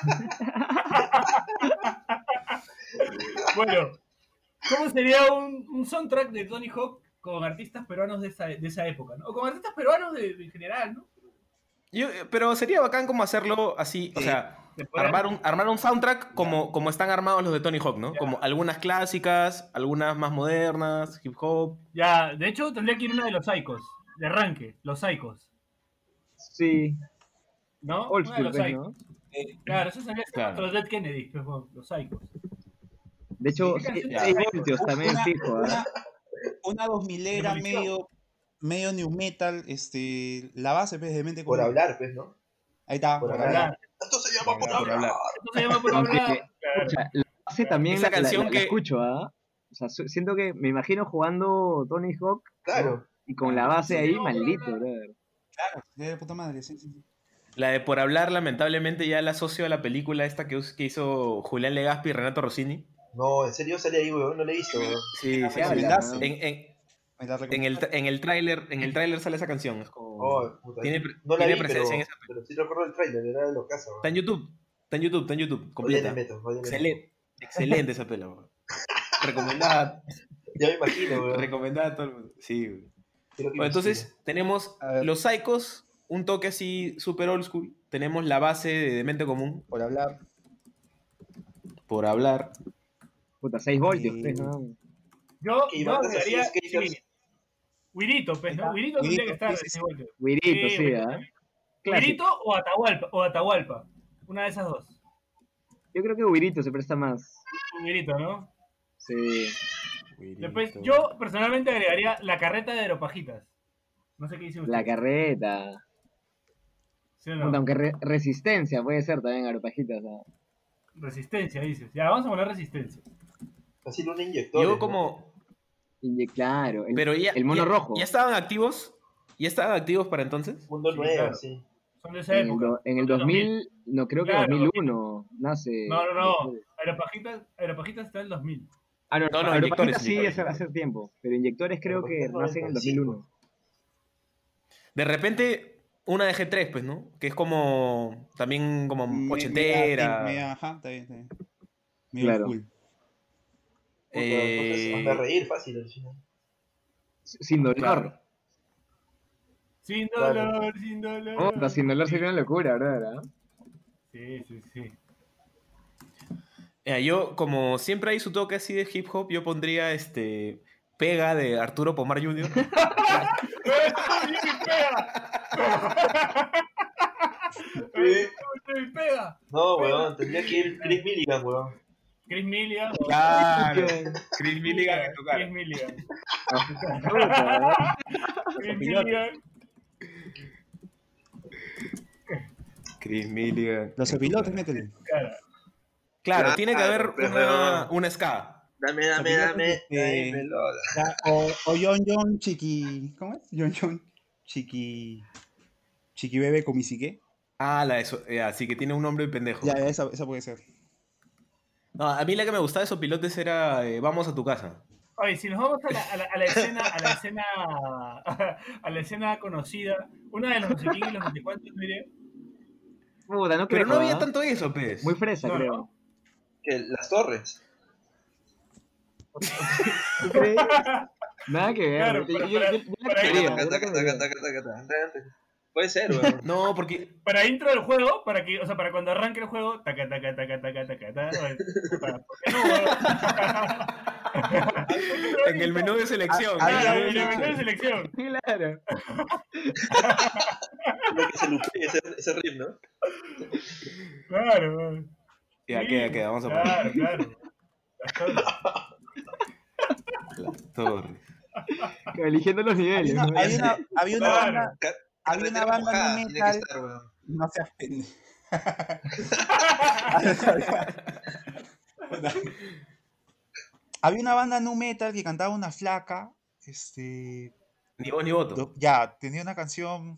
Bueno, ¿cómo sería un soundtrack de Tony Hawk con artistas peruanos de esa época, ¿no? O con artistas peruanos en general, ¿no? Pero sería bacán como hacerlo así, o sea, armar un soundtrack como están armados los de Tony Hawk, ¿no? Ya. Como algunas clásicas, algunas más modernas, hip hop. Ya, de hecho, tendría que ir una de los Psychos. De arranque, los Psychos. Sí, ¿No? old Una de school, los pues, Psychos. ¿no? Claro, eso sería Claro. otro Dead Kennedy, pues, bueno, los Psychos. De hecho, ¿Qué canción 6 de voltios también fijo, ¿ah? Una 2000era medio new metal, la base pues, de mente Por común. hablar, pues, ¿no? Ahí está, Por por hablar. hablar. Esto se llama por Por hablar. hablar. Esto se llama por Aunque, hablar. Claro. pucha, la base también Esa canción la que- escucho, ¿ah? O sea, siento que me imagino jugando Tony Hawk Claro. y con la base ahí, Sí, no, maldito, no, no. brother. Claro, de puta madre, sí. La de Por hablar, lamentablemente ya la asocio a la película esta que hizo Julián Legaspi y Renato Rossini. No, en serio sale ahí, weón. No le he visto, weón. Sí, Me sí, la sí. recomendaste. Me la En el tráiler sale esa canción. Es como... Oh, puta. Tiene No la tiene vi, presencia en esa película. pero sí recuerdo el trailer, era de los casa, Está en YouTube. Está en YouTube, Hoy le completa. meto, hoy le meto. Excelente esa pela, weón. Recomendada, Ya me imagino, weón. recomendada a todo el mundo. Sí, güey. Quiero que Bueno, me entonces tenemos A ver. los Psychos, un toque así super old school. Tenemos la base de Mente Común, Por hablar. Por hablar. Puta, 6 voltios, pues, ¿no? Yo Y bandas así, agregaría skaters. Wirito, pues, ¿no? Wirito tendría que estar. sí, sí. Wirito, sí, Sí, ¿ah? Clásico. Wirito o Atahualpa. Una de esas dos. Yo creo que Wirito se presta más. Wirito, ¿no? Sí. Después, yo personalmente agregaría la carreta de Aeropajitas. No sé qué dice usted. La carreta. ¿Sí o no? Puta, aunque resistencia puede ser también Arepajitas. Resistencia, dices. Ya, vamos a poner resistencia. Así un inyector. Yo como... Claro, Pero el mono rojo. ¿Ya estaban activos? ¿Ya estaban activos para entonces? Mundo Sí, nuevo, claro. sí. Son de esa época. En el Son de 2000, no creo que Claro, 2001 nace. No. Aeropajitas está en el 2000. Ah, no, No, Aeropajitas inyectores, sí inyectores. hace tiempo, pero inyectores creo que Aeropajitas nacen en el 2001. De repente, una de G3, pues, ¿no? Que es como... También como ochentera. Ajá, está bien, está bien. Medio Claro. cool. Puta, entonces anda a reír fácil al final. Sin dolor. Claro. Sin Claro. dolor, sin dolor. Puta, sin dolor sería una locura, ¿verdad? Sí. Yo, como siempre hay su toque así de hip hop, yo pondría Pega de Arturo Pomar Jr. Pega. No, weón, tendría que ir Chris Milligan, weón. Chris Milligan. Claro. Chris Milligan en tu cara. Chris Milligan. Puta, Chris Milligan. Chris Milligan. Los pilotos, métele. Cara. Claro, tiene que haber pues, una ska. Dame, pelota. O John Chiqui. ¿Cómo es? John Chiqui. Chiqui Bebe Comisique. Ah, eso, así que tiene un nombre pendejo. Ya, esa puede ser. No, a mí la que me gustaba de esos pilotes era Vamos a tu casa. Oye, si nos vamos a la escena conocida, una de los no sé quién y los no sé cuántos, mire. puta, no creo. Pero no había tanto eso, pues. Muy fresa, No, creo. no. Que las torres. ¿Tú crees? Nada que ver. Claro, yo para- la quería, Taca, yo la taca, quería. taca, taca, taca, taca. Puede ser, weón. No, porque Para intro del juego, para cuando arranque el juego, taca, taca, taca, taca, taca, taca, puta, ¿por qué no, weón? en el menú de selección. Claro, Había en el una- menú de selección. Claro. Lo que se lupee ese riff, ¿no? Claro, weón. Ya, Sí, queda, vamos a poner. Claro. Las torres. Eligiendo los niveles. ¿no? Había una Claro. banda. Había una Carretera banda mojada, nu tiene que metal. estar, weón. No seas pendejo. Había una banda nu metal que cantaba una flaca. Ni voz ni voto. Ya, tenía una canción.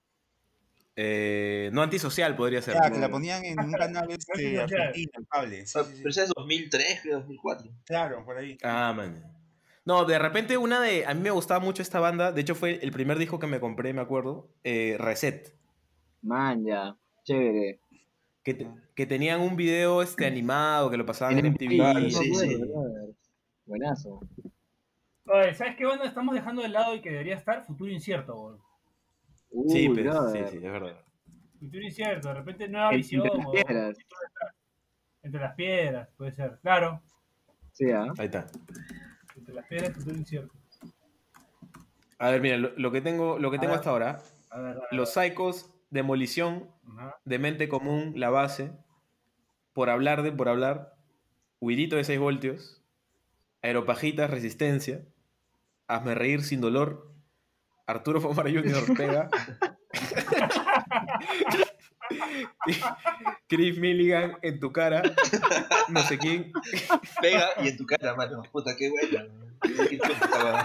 No antisocial podría ser. Ya, que la ponían en un canal antisocial. argentino, el cable. Sí, sí, sí. Pero ese es 2003, creo, 2004. Claro, por ahí. Ah, man. No, de repente a mí me gustaba mucho esta banda. De hecho, fue el primer disco que me compré, me acuerdo. Reset. Man, ya. Chévere. Que tenían un video animado que lo pasaban en MTV. Claro, no sí, me acuerdo, sí. brother. Buenazo. Oye, ¿sabes qué banda estamos dejando de lado y que debería estar? Futuro Incierto, weón. Sí, Uy, pues, brother. sí, es verdad. Futuro Incierto, de repente nueva Entre visión. las o- piedras. Entre las piedras, puede ser. Claro, Sí, ¿ah? Ahí está. entre las piedras, Futuro Incierto. A ver, mira, lo que tengo ver. hasta ahora. A ver. Los Psychos, Demolición, Ajá. Demente Común, La Base, Por Hablar, Huidito de 6 voltios, Aeropajitas, Resistencia, Hazme Reír Sin Dolor, Arturo Pomar Jr. Pega, Chris Milligan En Tu Cara, no sé quién, Pega y en tu cara, mano. Puta, qué buena. Qué chuta,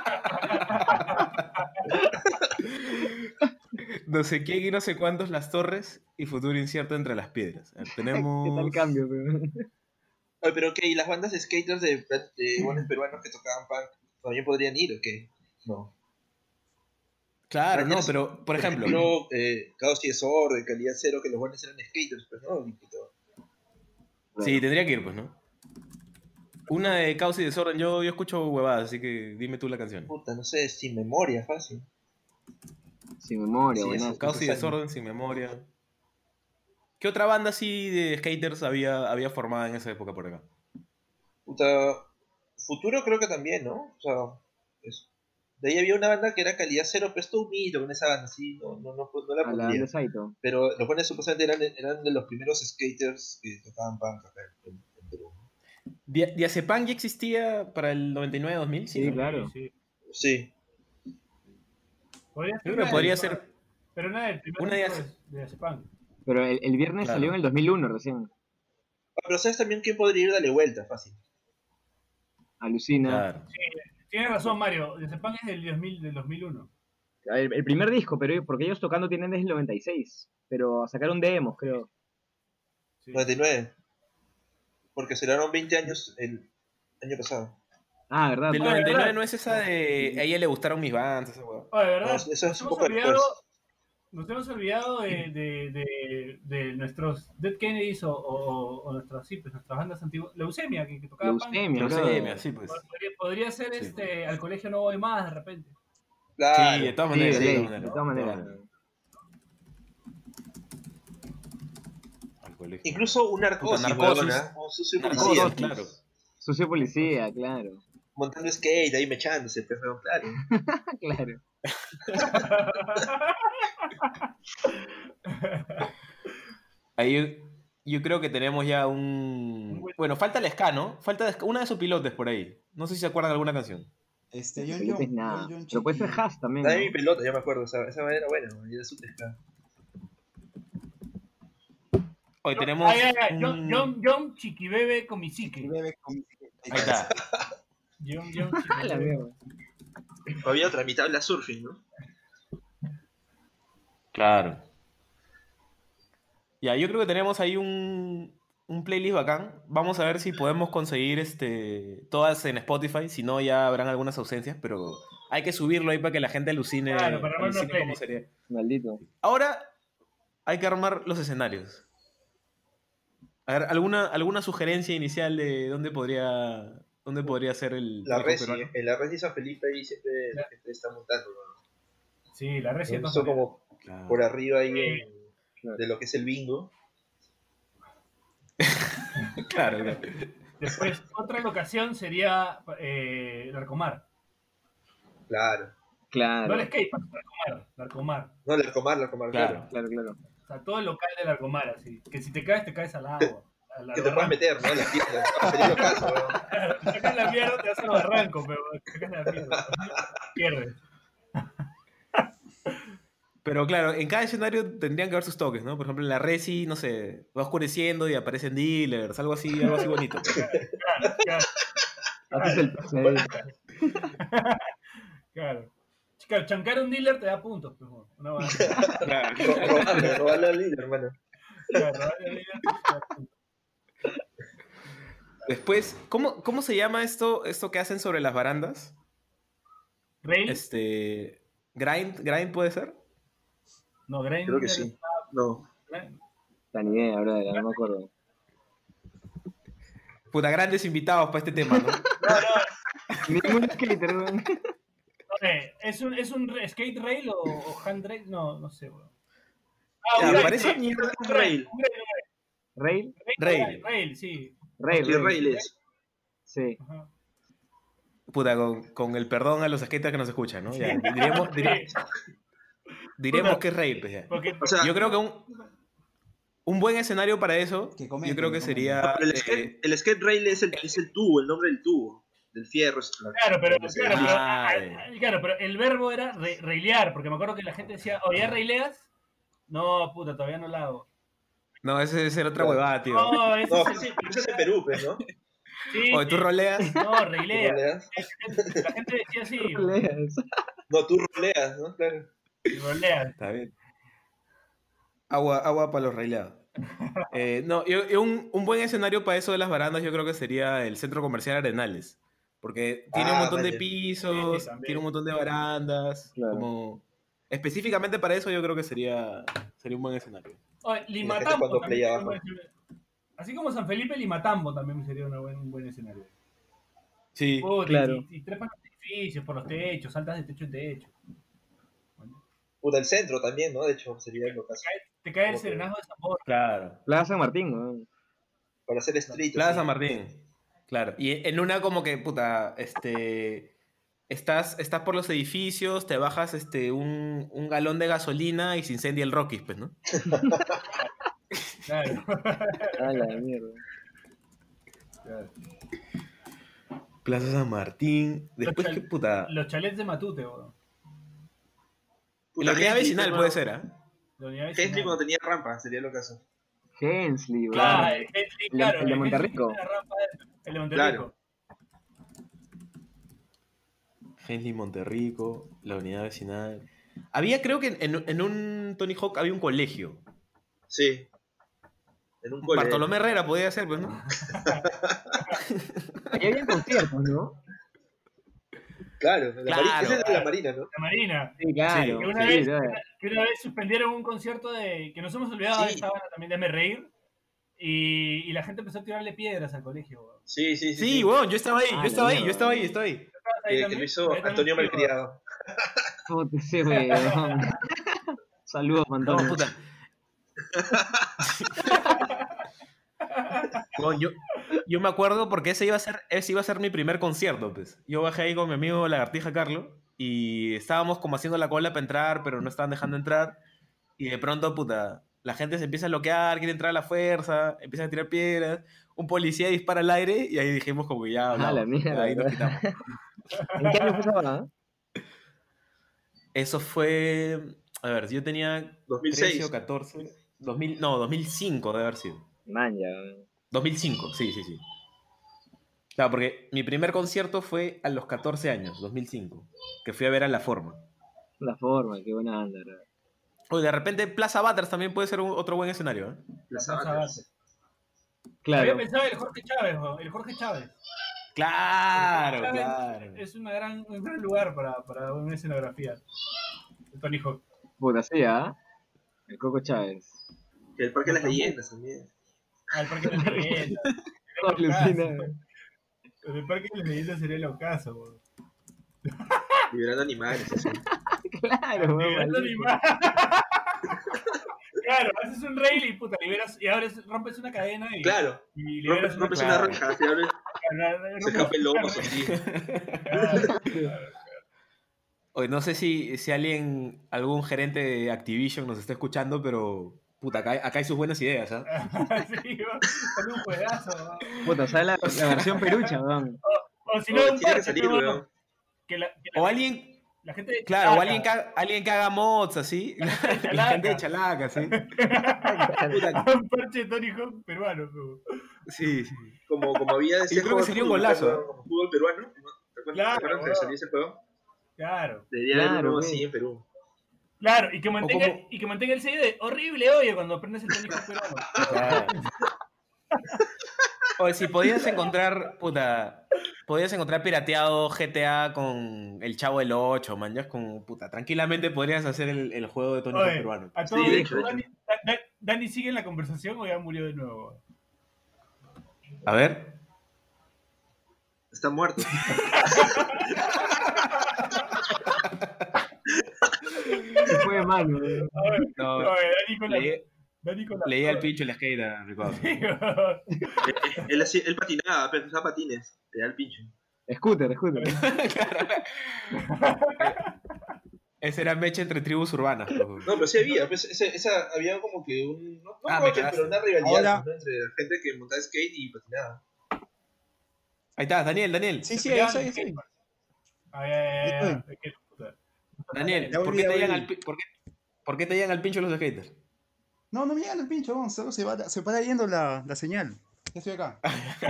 no sé quién y no sé cuántos Las Torres y Futuro Incierto Entre las Piedras. A ver, tenemos... ¿Qué tal cambio, weón? Oye, pero ok, ¿y las bandas de skaters de buenos peruanos que tocaban punk también podrían ir o qué? No. Claro, no, pero, por ejemplo... Caos y Desorden, Calidad Cero, que los buenos eran skaters, pues no, Liquito. Sí, tendría que ir, pues, ¿no? Una de Caos y Desorden, yo escucho huevadas, así que dime tú la canción. Puta, no sé, sin memoria, fácil. Sin memoria, Sí, buenazo. eso. Caos y Desorden, Sin Memoria. ¿Qué otra banda así de skaters había formada en esa época por acá? Puta, Futuro creo que también, ¿no? O sea, eso. De ahí había una banda que era Calidad Cero, pero esto un mito con esa banda, sí, no la A la pondría. de Saito. Pero los buenos supuestamente eran de los primeros skaters que tocaban punk acá en Perú. ¿Diazepam ya existía para el 99-2000? Sí, claro. Sí. Sí. Podría Yo creo que podría ser... Pero nada, el primer Una disco de- de Acepan. Pero el viernes Claro. salió en el 2001 recién. Pero ¿sabes también quién podría ir? Dale vuelta, fácil. Alucina. Claro. Tienes razón, Mario. De Acepan es del 2001. El primer disco, pero porque ellos tocando tienen desde el 96. Pero sacaron demos, creo. Sí. 99. Porque celebraron 20 años el año pasado. Ah, ¿verdad? Del Oye, 99 ¿verdad? no es esa de a ella le gustaron mis bands, esa hueá. Oye, No, ¿verdad? eso es Nos un hemos poco después. Nos hemos olvidado de nuestros Dead Kennedys o nuestras, sí, pues, nuestras bandas antiguas. Leucemia, que tocaba punk. Leucemia, Leucemia, bro. sí, pues. Podría ser Sí. al colegio no voy más de repente. Claro. Sí, de todas Sí, maneras. de de ley, todas de todas maneras. Al colegio. Incluso un narcosis, Puta, Narcosis. huevón, ¿ah? Un sucio Narcosis, policía. claro. Sucio policía, claro. Montando skate, ahí mechándose, pues, huevón, claro. Claro. Ahí yo creo que tenemos ya un... Bueno, falta el ska, ¿no? Falta una de sus pilotes por ahí. No sé si se acuerdan de alguna canción. John Felipe es John, nada. John Pero puede ser Chiqui. Haas también, Dame mi ¿no? pelota, ya me acuerdo, esa manera buena, y de su pesca. Hoy tenemos John Chiquibebe con mi psique. Bebe con- Ahí está. John Ah, la Chiquibebe. mierda. Había otra mitad de la surfing, ¿no? Claro. Ya, yo creo que tenemos ahí un playlist bacán. Vamos a ver si podemos conseguir todas en Spotify. Si no, ya habrán algunas ausencias, pero hay que subirlo ahí para que la gente alucine, Claro, para armar una alucine cómo playlist. sería. Maldito. Ahora hay que armar los escenarios. A ver, ¿alguna sugerencia inicial de dónde podría ser el La teléfono Resi, peruano? en la Resi San Felipe ahí siempre la gente está montando, ¿no? Sí, la Resi de todas Eso maneras. como Claro. por arriba ahí Claro. de lo que es el bingo. Claro, claro. Después, otra locación sería Larcomar. Claro. Claro. No el skatepark, Larcomar. No, Larcomar, Claro. claro. Claro, claro. O sea, todo el local de Larcomar, así. Que si te caes al agua. Que te puedas meter, ¿no? Las piernas. Peligro caso, weón. Claro, te sacas la mierda, te vas al barranco, pero te sacas la mierda. Pierdes. Pero claro, en cada escenario tendrían que haber sus toques, ¿no? Por ejemplo, en la Resi, no sé, va oscureciendo y aparecen dealers, algo así bonito. Claro, Haces el pase ahí. claro. Claro, chancar a un dealer te da puntos, pues, una banda. Claro. Robarle al líder, hermano. Claro, robarle al dealer te da puntos. Después, ¿cómo se llama esto que hacen sobre las barandas? ¿Rail? Grind puede ser. No, Grind. Creo que sí. No. La ni idea, brother, no me acuerdo. Puta, grandes invitados para este tema, ¿no? Ningún skater, weón. ¿Es un skate rail o hand rail? No sé, weón. Ya, un para esa sí. mierda. Un rail. Rail. Rail, sí. Rail. ¿Qué rail es? Sí. Ajá. Puta, con el perdón a los skaters que nos escuchan, ¿no? Ya, diremos Puta. que es rail, pues ya. Porque O sea, Yo creo que un buen escenario para eso, Que comenten, yo creo que que sería... pero el skate rail es el tubo, el nombre del tubo. Del fierro. Claro, Ah, pero el verbo era reilear, porque me acuerdo que la gente decía, oye, ¿ya reileas? No, puta, todavía no la hago. no, ese debe ser otra Claro. huevada, tío. No, ese No, es sí, eso es en Perú, pues, ¿no? sí, Oye, ¿tú roleas? no, reilea. ¿Roleas? La gente decía así, Leas. No, tú roleas, ¿no? Claro. rolea. Está bien. Agua para los raileados. No, un buen escenario para eso de las barandas yo creo que sería el centro comercial Arenales. Porque tiene un montón de vaya. pisos, Sí, también. tiene un montón de barandas. Claro. Como... Específicamente para eso yo creo que sería un buen escenario. Oye, gente Limatambo cuando también play sería un abajo. buen escenario. Así como San Felipe, Limatambo también sería un buen escenario. Sí. Puta, claro. y trepan los edificios, por los techos, saltas de techo en techo. Puta, el centro también, ¿no? De hecho, sería lo caso. Te cae el Ok. serenazgo de Zamora. Claro. Plaza San Martín, weón. Para hacer street. Plaza así. San Martín. Claro. Y en una como que, puta, estás por los edificios, te bajas un galón de gasolina y se incendia el Rockies, pues, ¿no? Claro. A la mierda. Plaza San Martín. Después, Los ¿qué puta? Los chalets de Matute, weón. La unidad vecinal puede ser, ¿ah? La unidad Hensley vecinal. cuando tenía rampa, sería lo caso. Hensley, weón. Claro, claro, El de Monterrico. El de Monterrico. Claro. Hensley, Monterrico, la unidad vecinal. Había, creo que en un Tony Hawk había un colegio. Sí. En un cole. Bartolomé Herrera podía ser, pues, ¿no? Ahí habían conciertos, ¿no? Claro, Claro. esa es de la Marina, ¿no? La Marina. Sí, claro. Que una, Sí, vez, brother. que una vez suspendieron un concierto de. Que nos hemos olvidado de Sí. esta banda también de Me Reír. Y la gente empezó a tirarle piedras al colegio, weón. Sí. Sí, weón, yo estaba ahí, Ah, yo estaba la ahí, yo estaba ahí, estaba ahí. ¿Estabas ahí Que también? lo hizo Ahí también Antonio fui, Malcriado. Puta, ese weón. Saludos, No, Antonio. puta. Weón, yo me acuerdo porque ese iba a ser mi primer concierto, pues. Yo bajé ahí con mi amigo Lagartija Carlos y estábamos como haciendo la cola para entrar, pero no estaban dejando entrar. Y de pronto, puta, la gente se empieza a bloquear, quiere entrar a la fuerza, empieza a tirar piedras, un policía dispara al aire y ahí dijimos como que ya Ah, la hablamos. mierda. Ahí nos quitamos. ¿En qué año fue esa banda? Eso fue, a ver, yo tenía 2006. 13 o 14, 2000, no, 2005 debe haber sido. Man, ya. 2005, sí. Claro, porque mi primer concierto fue a los 14 años, 2005, que fui a ver a La Forma. La forma, qué buena banda, bro. Oye, de repente Plaza Butters también puede ser otro buen escenario, ¿eh? Las Plaza sábanas. Claro. Había pensado en el Jorge Chávez, weón. El Jorge Chávez. Claro, Chávez claro. Es un gran lugar para una escenografía. El Tony Hawk. Puta, sí, ¿ah? El Coco Chávez. Que el Parque de las Leyendas también. Al Parque de las Leyendas. Alucina. En el Parque de las Leyendas sería el ocaso, weón. Liberando animales. Así. Claro, weón. Liberando maldito. animales. Claro, haces un rail y puta, liberas, y ahora rompes una cadena y, Claro. y liberas Rompes claro. una reja, se escapa el lobo así. Oye, no sé si algún gerente de Activision nos está escuchando, pero puta, acá hay sus buenas ideas, ¿ah? Sí, weón, sale un juegazo. Weón. Puta, ¿sabes la versión perucha, weón? O si no, un Tiene que parche, salir, weón, weón. que la O alguien, la gente de claro, o Chalaca. alguien que haga mods, así. La gente de Chalaca, sí. Puta, Un parche de Tony Hawk peruano, weón. sí. Como había ese Yo creo que juego de sería un fútbol, golazo, ¿no? Como fútbol peruano. ¿No? ¿Te Claro, acuerdas que weón. salió ese juego? Claro, Debería haber Claro, uno güey. así en Perú. claro, y que mantenga, como- y que mantenga el sello de horrible, oye, cuando aprendes el Tony Hawk peruano. Claro. Oye, si podías encontrar pirateado GTA con el Chavo del 8, man, ya es como, puta, tranquilamente podrías hacer el juego de Tony Hawk Oye, peruano. a todo Sí, de esto, hecho. Dani sigue en la conversación o ya murió de nuevo. A ver. Está muerto. Fue de mano, weón. A ver, No, oye, Dani con la leía el pincho en la skate, recuerdo. Sí, weón. Él patinaba, pero usaba patines. Le da el pincho. Scooter. Ese era mecha entre tribus urbanas. Pues. No, pero sí había. Pues, había como que un. No Ah, me roche, cagaste. pero una rivalidad, Ahora- ¿no? Entre la gente que montaba skate y patinaba. Ahí estás, Daniel. Sí, Se ahí peleaban estoy, en estoy. skatepark. Ay, es que, puta. Ya ¿Por qué volví, te ya llegan volví. por qué te llegan al pincho los skaters? No, no me llegan al pincho, vamos, solo se va yendo la señal. Ya estoy acá.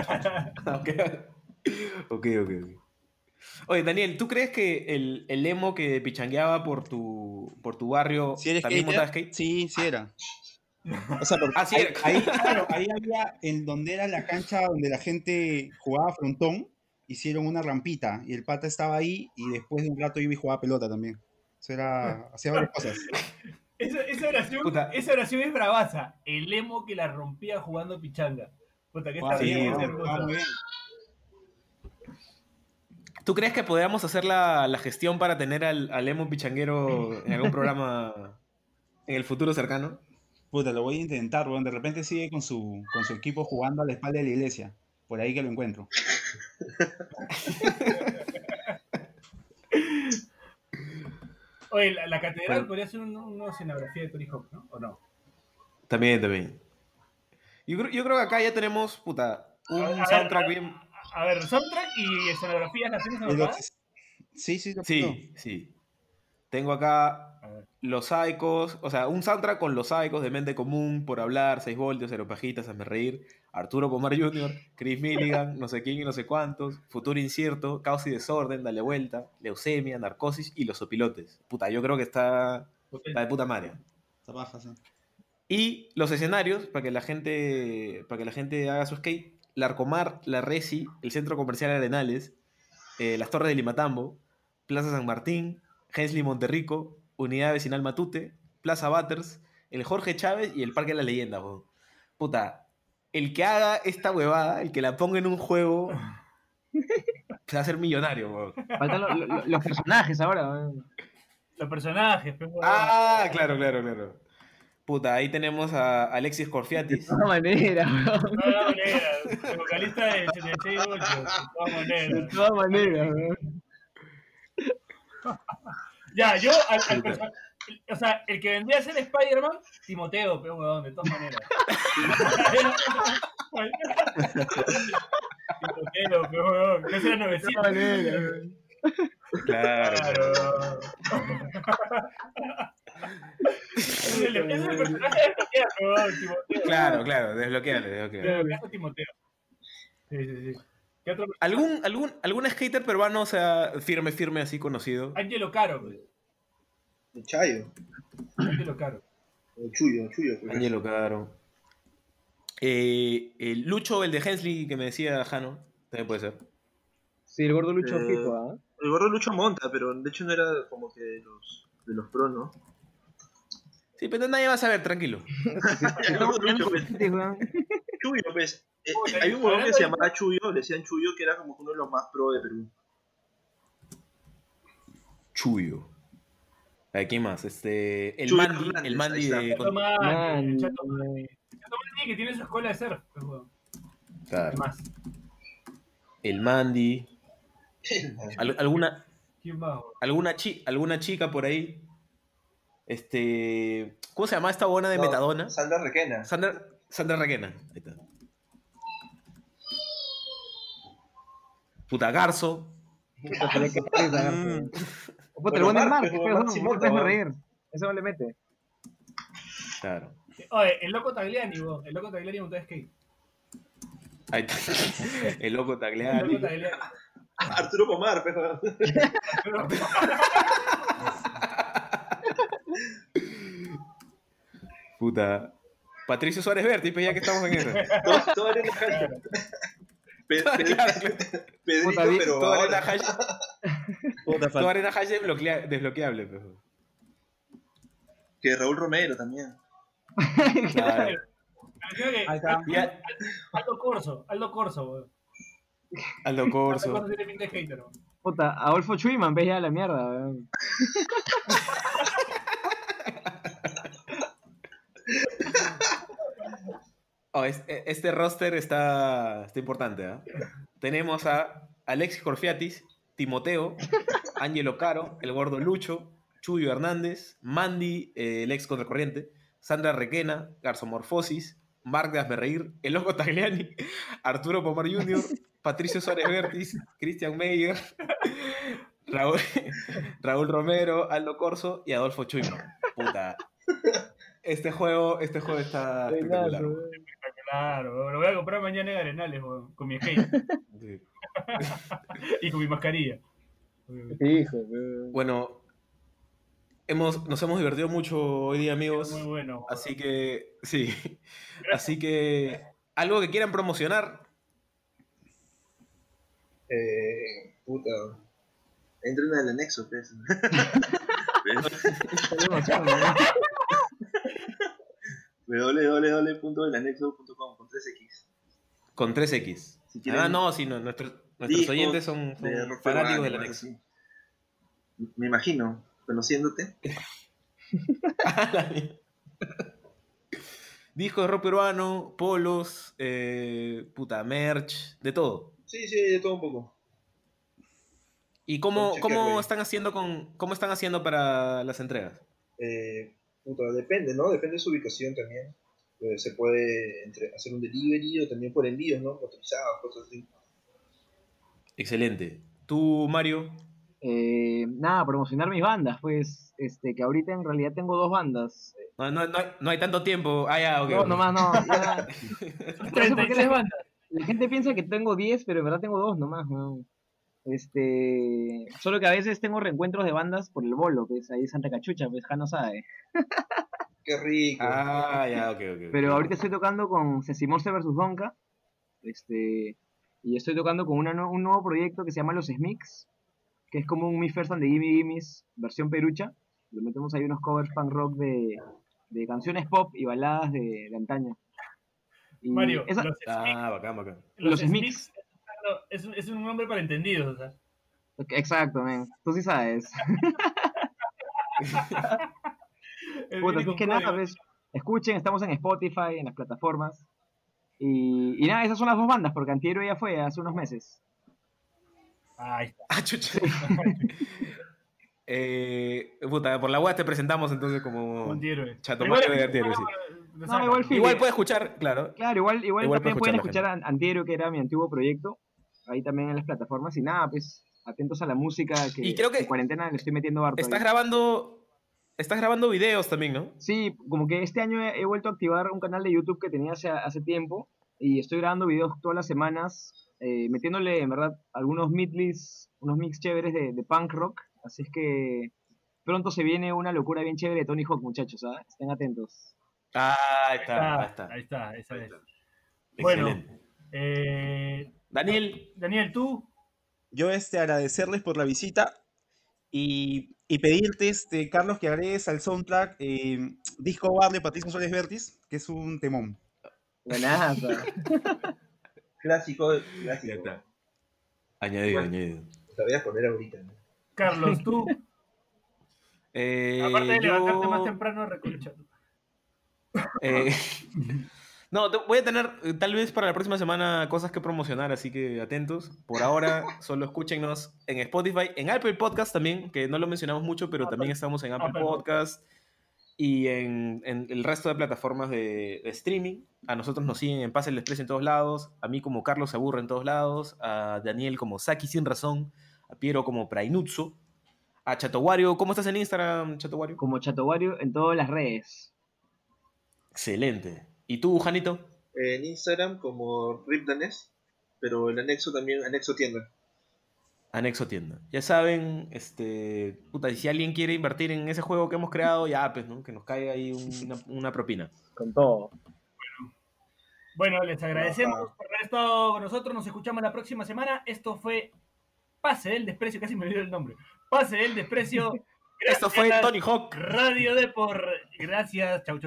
Ok. Oye, Daniel, ¿tú crees que el emo que pichangueaba por tu barrio ¿Si eres también montaba skater? skate? Sí era. O sea, porque Ah, sí era. claro, ahí había en donde era la cancha donde la gente jugaba frontón, hicieron una rampita y el pata estaba ahí y después de un rato iba y jugaba pelota también. Eso era, hacía varias cosas. Esa oración es bravaza. El emo que la rompía jugando pichanga. Puta, que está Sí, bien, sí, hermosa. muy bien. ¿Tú crees que podríamos hacer la gestión para tener al emo pichanguero en algún programa en el futuro cercano? Puta, lo voy a intentar, weón. De repente sigue con su equipo jugando a la espalda de la iglesia. Por ahí que lo encuentro. Oye, la catedral Bueno. podría ser una escenografía de Tony Hawk, ¿no? ¿O no? También. Yo creo que acá ya tenemos, puta, un A ver, soundtrack bien... A ver, soundtrack y escenografías, ¿las tienes Es lo anotadas? que- Sí, lo tengo. Sí. Tengo acá Los Saicos, o sea, un soundtrack con Los Saicos, de Mente Común, Por Hablar, 6 voltios, Cero Pajitas, Hazme Reír, Arturo Pomar Jr., Chris Milligan, no sé quién y no sé cuántos, Futuro Incierto, Caos y Desorden, Dale Vuelta, Leucemia, Narcosis y Los Opilotes. Puta, yo creo que está de puta madre. Está baja, sí. Y los escenarios, para que la gente haga su skate, Larcomar, La Resi, el Centro Comercial Arenales, las Torres de Limatambo, Plaza San Martín, Hensley Monterrico, Unidad Vecinal Matute, Plaza Butters, el Jorge Chávez y el Parque de la Leyenda, weón. Puta, el que haga esta huevada, el que la ponga en un juego, se va a hacer millonario, weón. Faltan los personajes ahora, weón. Los personajes, pues, Ah, claro. Puta, ahí tenemos a Alexis De Corfiatis. todas maneras, weón. de todas maneras, el vocalista de 76 de todas De maneras. todas maneras, weón. Ya, yo, o sea, el que vendría a ser Spider-Man, Timoteo, pero weón, de todas maneras. Timoteo, pero weón, que ese era De 900. todas maneras, weón. Claro. Ese es el personaje de desbloquear, weón, Timoteo. Claro, desbloqueable. Desbloqueaste a Timoteo. Sí. ¿Qué otro personaje? ¿Algún skater peruano, o sea, firme así conocido? Angelo Caro, pues. El Chayo. Angelo Caro. El Chuyo. Creo que Angelo Caro. El Lucho, el de Hensley, que me decía Jano, también puede ser. Sí, el gordo Lucho Eh, fijo, ¿ah? El gordo Lucho monta, pero de hecho no era como que de los pros, ¿no? Sí, pero nadie va a saber, tranquilo. El gordo Lucho, pues. Sí, weón. Chuyo, pues. Puta, Hay un huevón que se hablando llamaba Chuyo, le decían Chuyo, que era como uno de los más pro de Perú. Chuyo. ¿Quién más? El Chuyo Mandy, Hernández, el Mandy ahí está. de... Chato Mani, Man, el Chato Mani, que tiene su escuela de surf, pues, weón. Claro. ¿Qué más? El Mandy. ¿Alguna ¿Quién más, weón? alguna chica por ahí? ¿Cómo se llama esta buena de No, Metadona? Sandra Requena. Sandra Requena. Ahí está. Puta Garzo. Puta, se le cae esa garza, weón. Puta, el Bueno, buen del Marcos, Marques, weón, weón. Maxi ¿Por Monta, qué me weón. reír? Eso no le mete. Claro. Oye, el loco Tagliani, weón. El loco Tagliani montó skate. Ahí está. El loco El loco Tagliani. Tagliani. Arturo Pomar, pero... Puta. Patricio Suárez Vértiz, pues ya que estamos en eso. Todo arena hashtag. Claro. Pedrito, Puta, pero Toda ahora. arena hash. Toda arena hash desbloqueable, pues. Que Raúl Romero también. Claro. Ahí está. Ya, Aldo Corso, weón. Aldo Aldo Corso. Corso tiene pinta de hater, weón. Puta, Adolfo Chuyman, ves ya la mierda, weón. Oh, este roster está importante, ¿ah? Tenemos a Alexis Corfiatis, Timoteo, Ángelo Caro, el gordo Lucho, Chuyo Hernández, Mandy, el ex contracorriente, Sandra Requena, Garzomorfosis, Marc de Asmerreír, el loco Tagliani, Arturo Pomar Jr., Patricio Suárez Vértiz, Christian Meyer, Raúl Romero, Aldo Corso y Adolfo Chuyman. Puta. Este juego está espectacular. Claro, weón. Lo voy a comprar mañana en Arenales, weón. Con mi skate. Sí. Y con mi mascarilla. Hijo, weón. Bueno, nos hemos divertido mucho hoy día, amigos. Muy bueno, weón. Así que, sí. Así que, ¿algo que quieran promocionar? Puta. Entren al anexo, pues. www.elanexo.com con 3x. Con 3X. Si quieren- No, sí, nuestros Discos oyentes son de rock fanáticos peruano, del algo anexo. así. Me imagino, conociéndote. Discos de rock peruano, polos, merch, de todo. Sí, de todo un poco. ¿Y cómo chequearlo ahí. cómo están haciendo para las entregas? Depende, ¿no? Depende de su ubicación también. Se puede hacer un delivery o también por envíos, ¿no? Motorizados, cosas así. Excelente. ¿Tú, Mario? Nada, promocionar mis bandas, pues, que ahorita en realidad tengo 2 bandas. No hay tanto tiempo. Ah, ya, ok. No, nomás no, ya. Son No sé por qué 33 bandas. la gente piensa que tengo 10, pero en verdad tengo 2 nomás, weón. Solo que a veces tengo reencuentros de bandas por el bolo, pues, ahí Santa Cachucha, pues, no sabe. Qué rico. Ah, ya, ok. Pero ahorita estoy tocando con Cecimorse vs Donka, y estoy tocando con un nuevo proyecto que se llama Los Smix, que es como un Me First and the Gimme Gimmes versión perucha. Le metemos ahí unos covers punk rock de canciones pop y baladas de antaño. Y Mario, esa- Bacán. Los Smiths es un nombre para entendidos. O sea. Exacto, men. Tú sí sabes. Puta, así que nada, pues, escuchen, estamos en Spotify, en las plataformas. Y nada, esas son las 2 bandas, porque Antihéroe ya fue hace unos meses. Ahí está. Ah, chucha. Puta, por la web te presentamos entonces como Antihéroe. Chato Mario de Antihéroe, sí. No, igual fíjate. Igual puedes escuchar, claro. Claro, igual también puede pueden escuchar escuchar Antihéroe, que era mi antiguo proyecto. Ahí también en las plataformas. Y nada, pues, atentos a la música, que Y creo que en cuarentena le estoy metiendo harto. Estás ahí. grabando videos también, ¿no? Sí, como que este año he vuelto a activar un canal de YouTube que tenía hace tiempo. Y estoy grabando videos todas las semanas, metiéndole, en verdad, algunos midleys, unos mix chéveres de punk rock. Así es que pronto se viene una locura bien chévere de Tony Hawk, muchachos, ¿ah? Estén atentos. Ah, ahí está. Ahí está, esa es. Excelente. Bueno, Daniel, tú. Yo agradecerles por la visita y pedirte, Carlos, que agregues al soundtrack Disco Bar de Patricio Suárez Vértiz, que es un temón. Buenaza. Clásico. ya está. Añadido. Te voy a poner ahorita, ¿no? Carlos, tú. Aparte de levantarte más temprano, reconcha. No, voy a tener tal vez para la próxima semana cosas que promocionar, así que atentos. Por ahora, solo escúchenos en Spotify, en Apple Podcast también, que no lo mencionamos mucho, pero también estamos en Apple Podcast y en el resto de plataformas de streaming. A nosotros nos siguen en Pase el Desprecio en todos lados, a mí como Carlos Aburre en todos lados, a Daniel como Saki Sin Razón, a Piero como Prainutsu, a Chatowario. ¿Cómo estás en Instagram, Chatowario? Como Chatowario en todas las redes. Excelente. ¿Y tú, Janito? En Instagram como Ripdanes, pero el anexo también, anexo tienda. Anexo tienda. Ya saben, puta, y si alguien quiere invertir en ese juego que hemos creado, ya, pues, ¿no? Que nos caiga ahí una propina. Con todo. Bueno, les agradecemos por haber estado con nosotros. Nos escuchamos la próxima semana. Esto fue Pase del Desprecio. Casi me olvidó el nombre. Pase del Desprecio. Esto fue Tony Hawk Radio Depor. Gracias. Chau.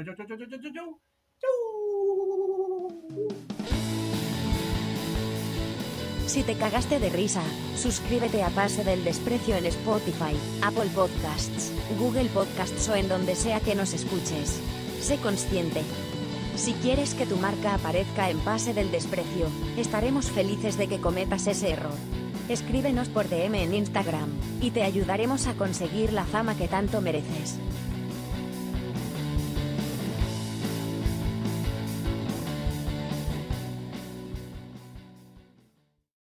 Si te cagaste de risa, suscríbete a Pase del Desprecio en Spotify, Apple Podcasts, Google Podcasts o en donde sea que nos escuches. Sé consciente. Si quieres que tu marca aparezca en Pase del Desprecio, estaremos felices de que cometas ese error. Escríbenos por DM en Instagram, y te ayudaremos a conseguir la fama que tanto mereces.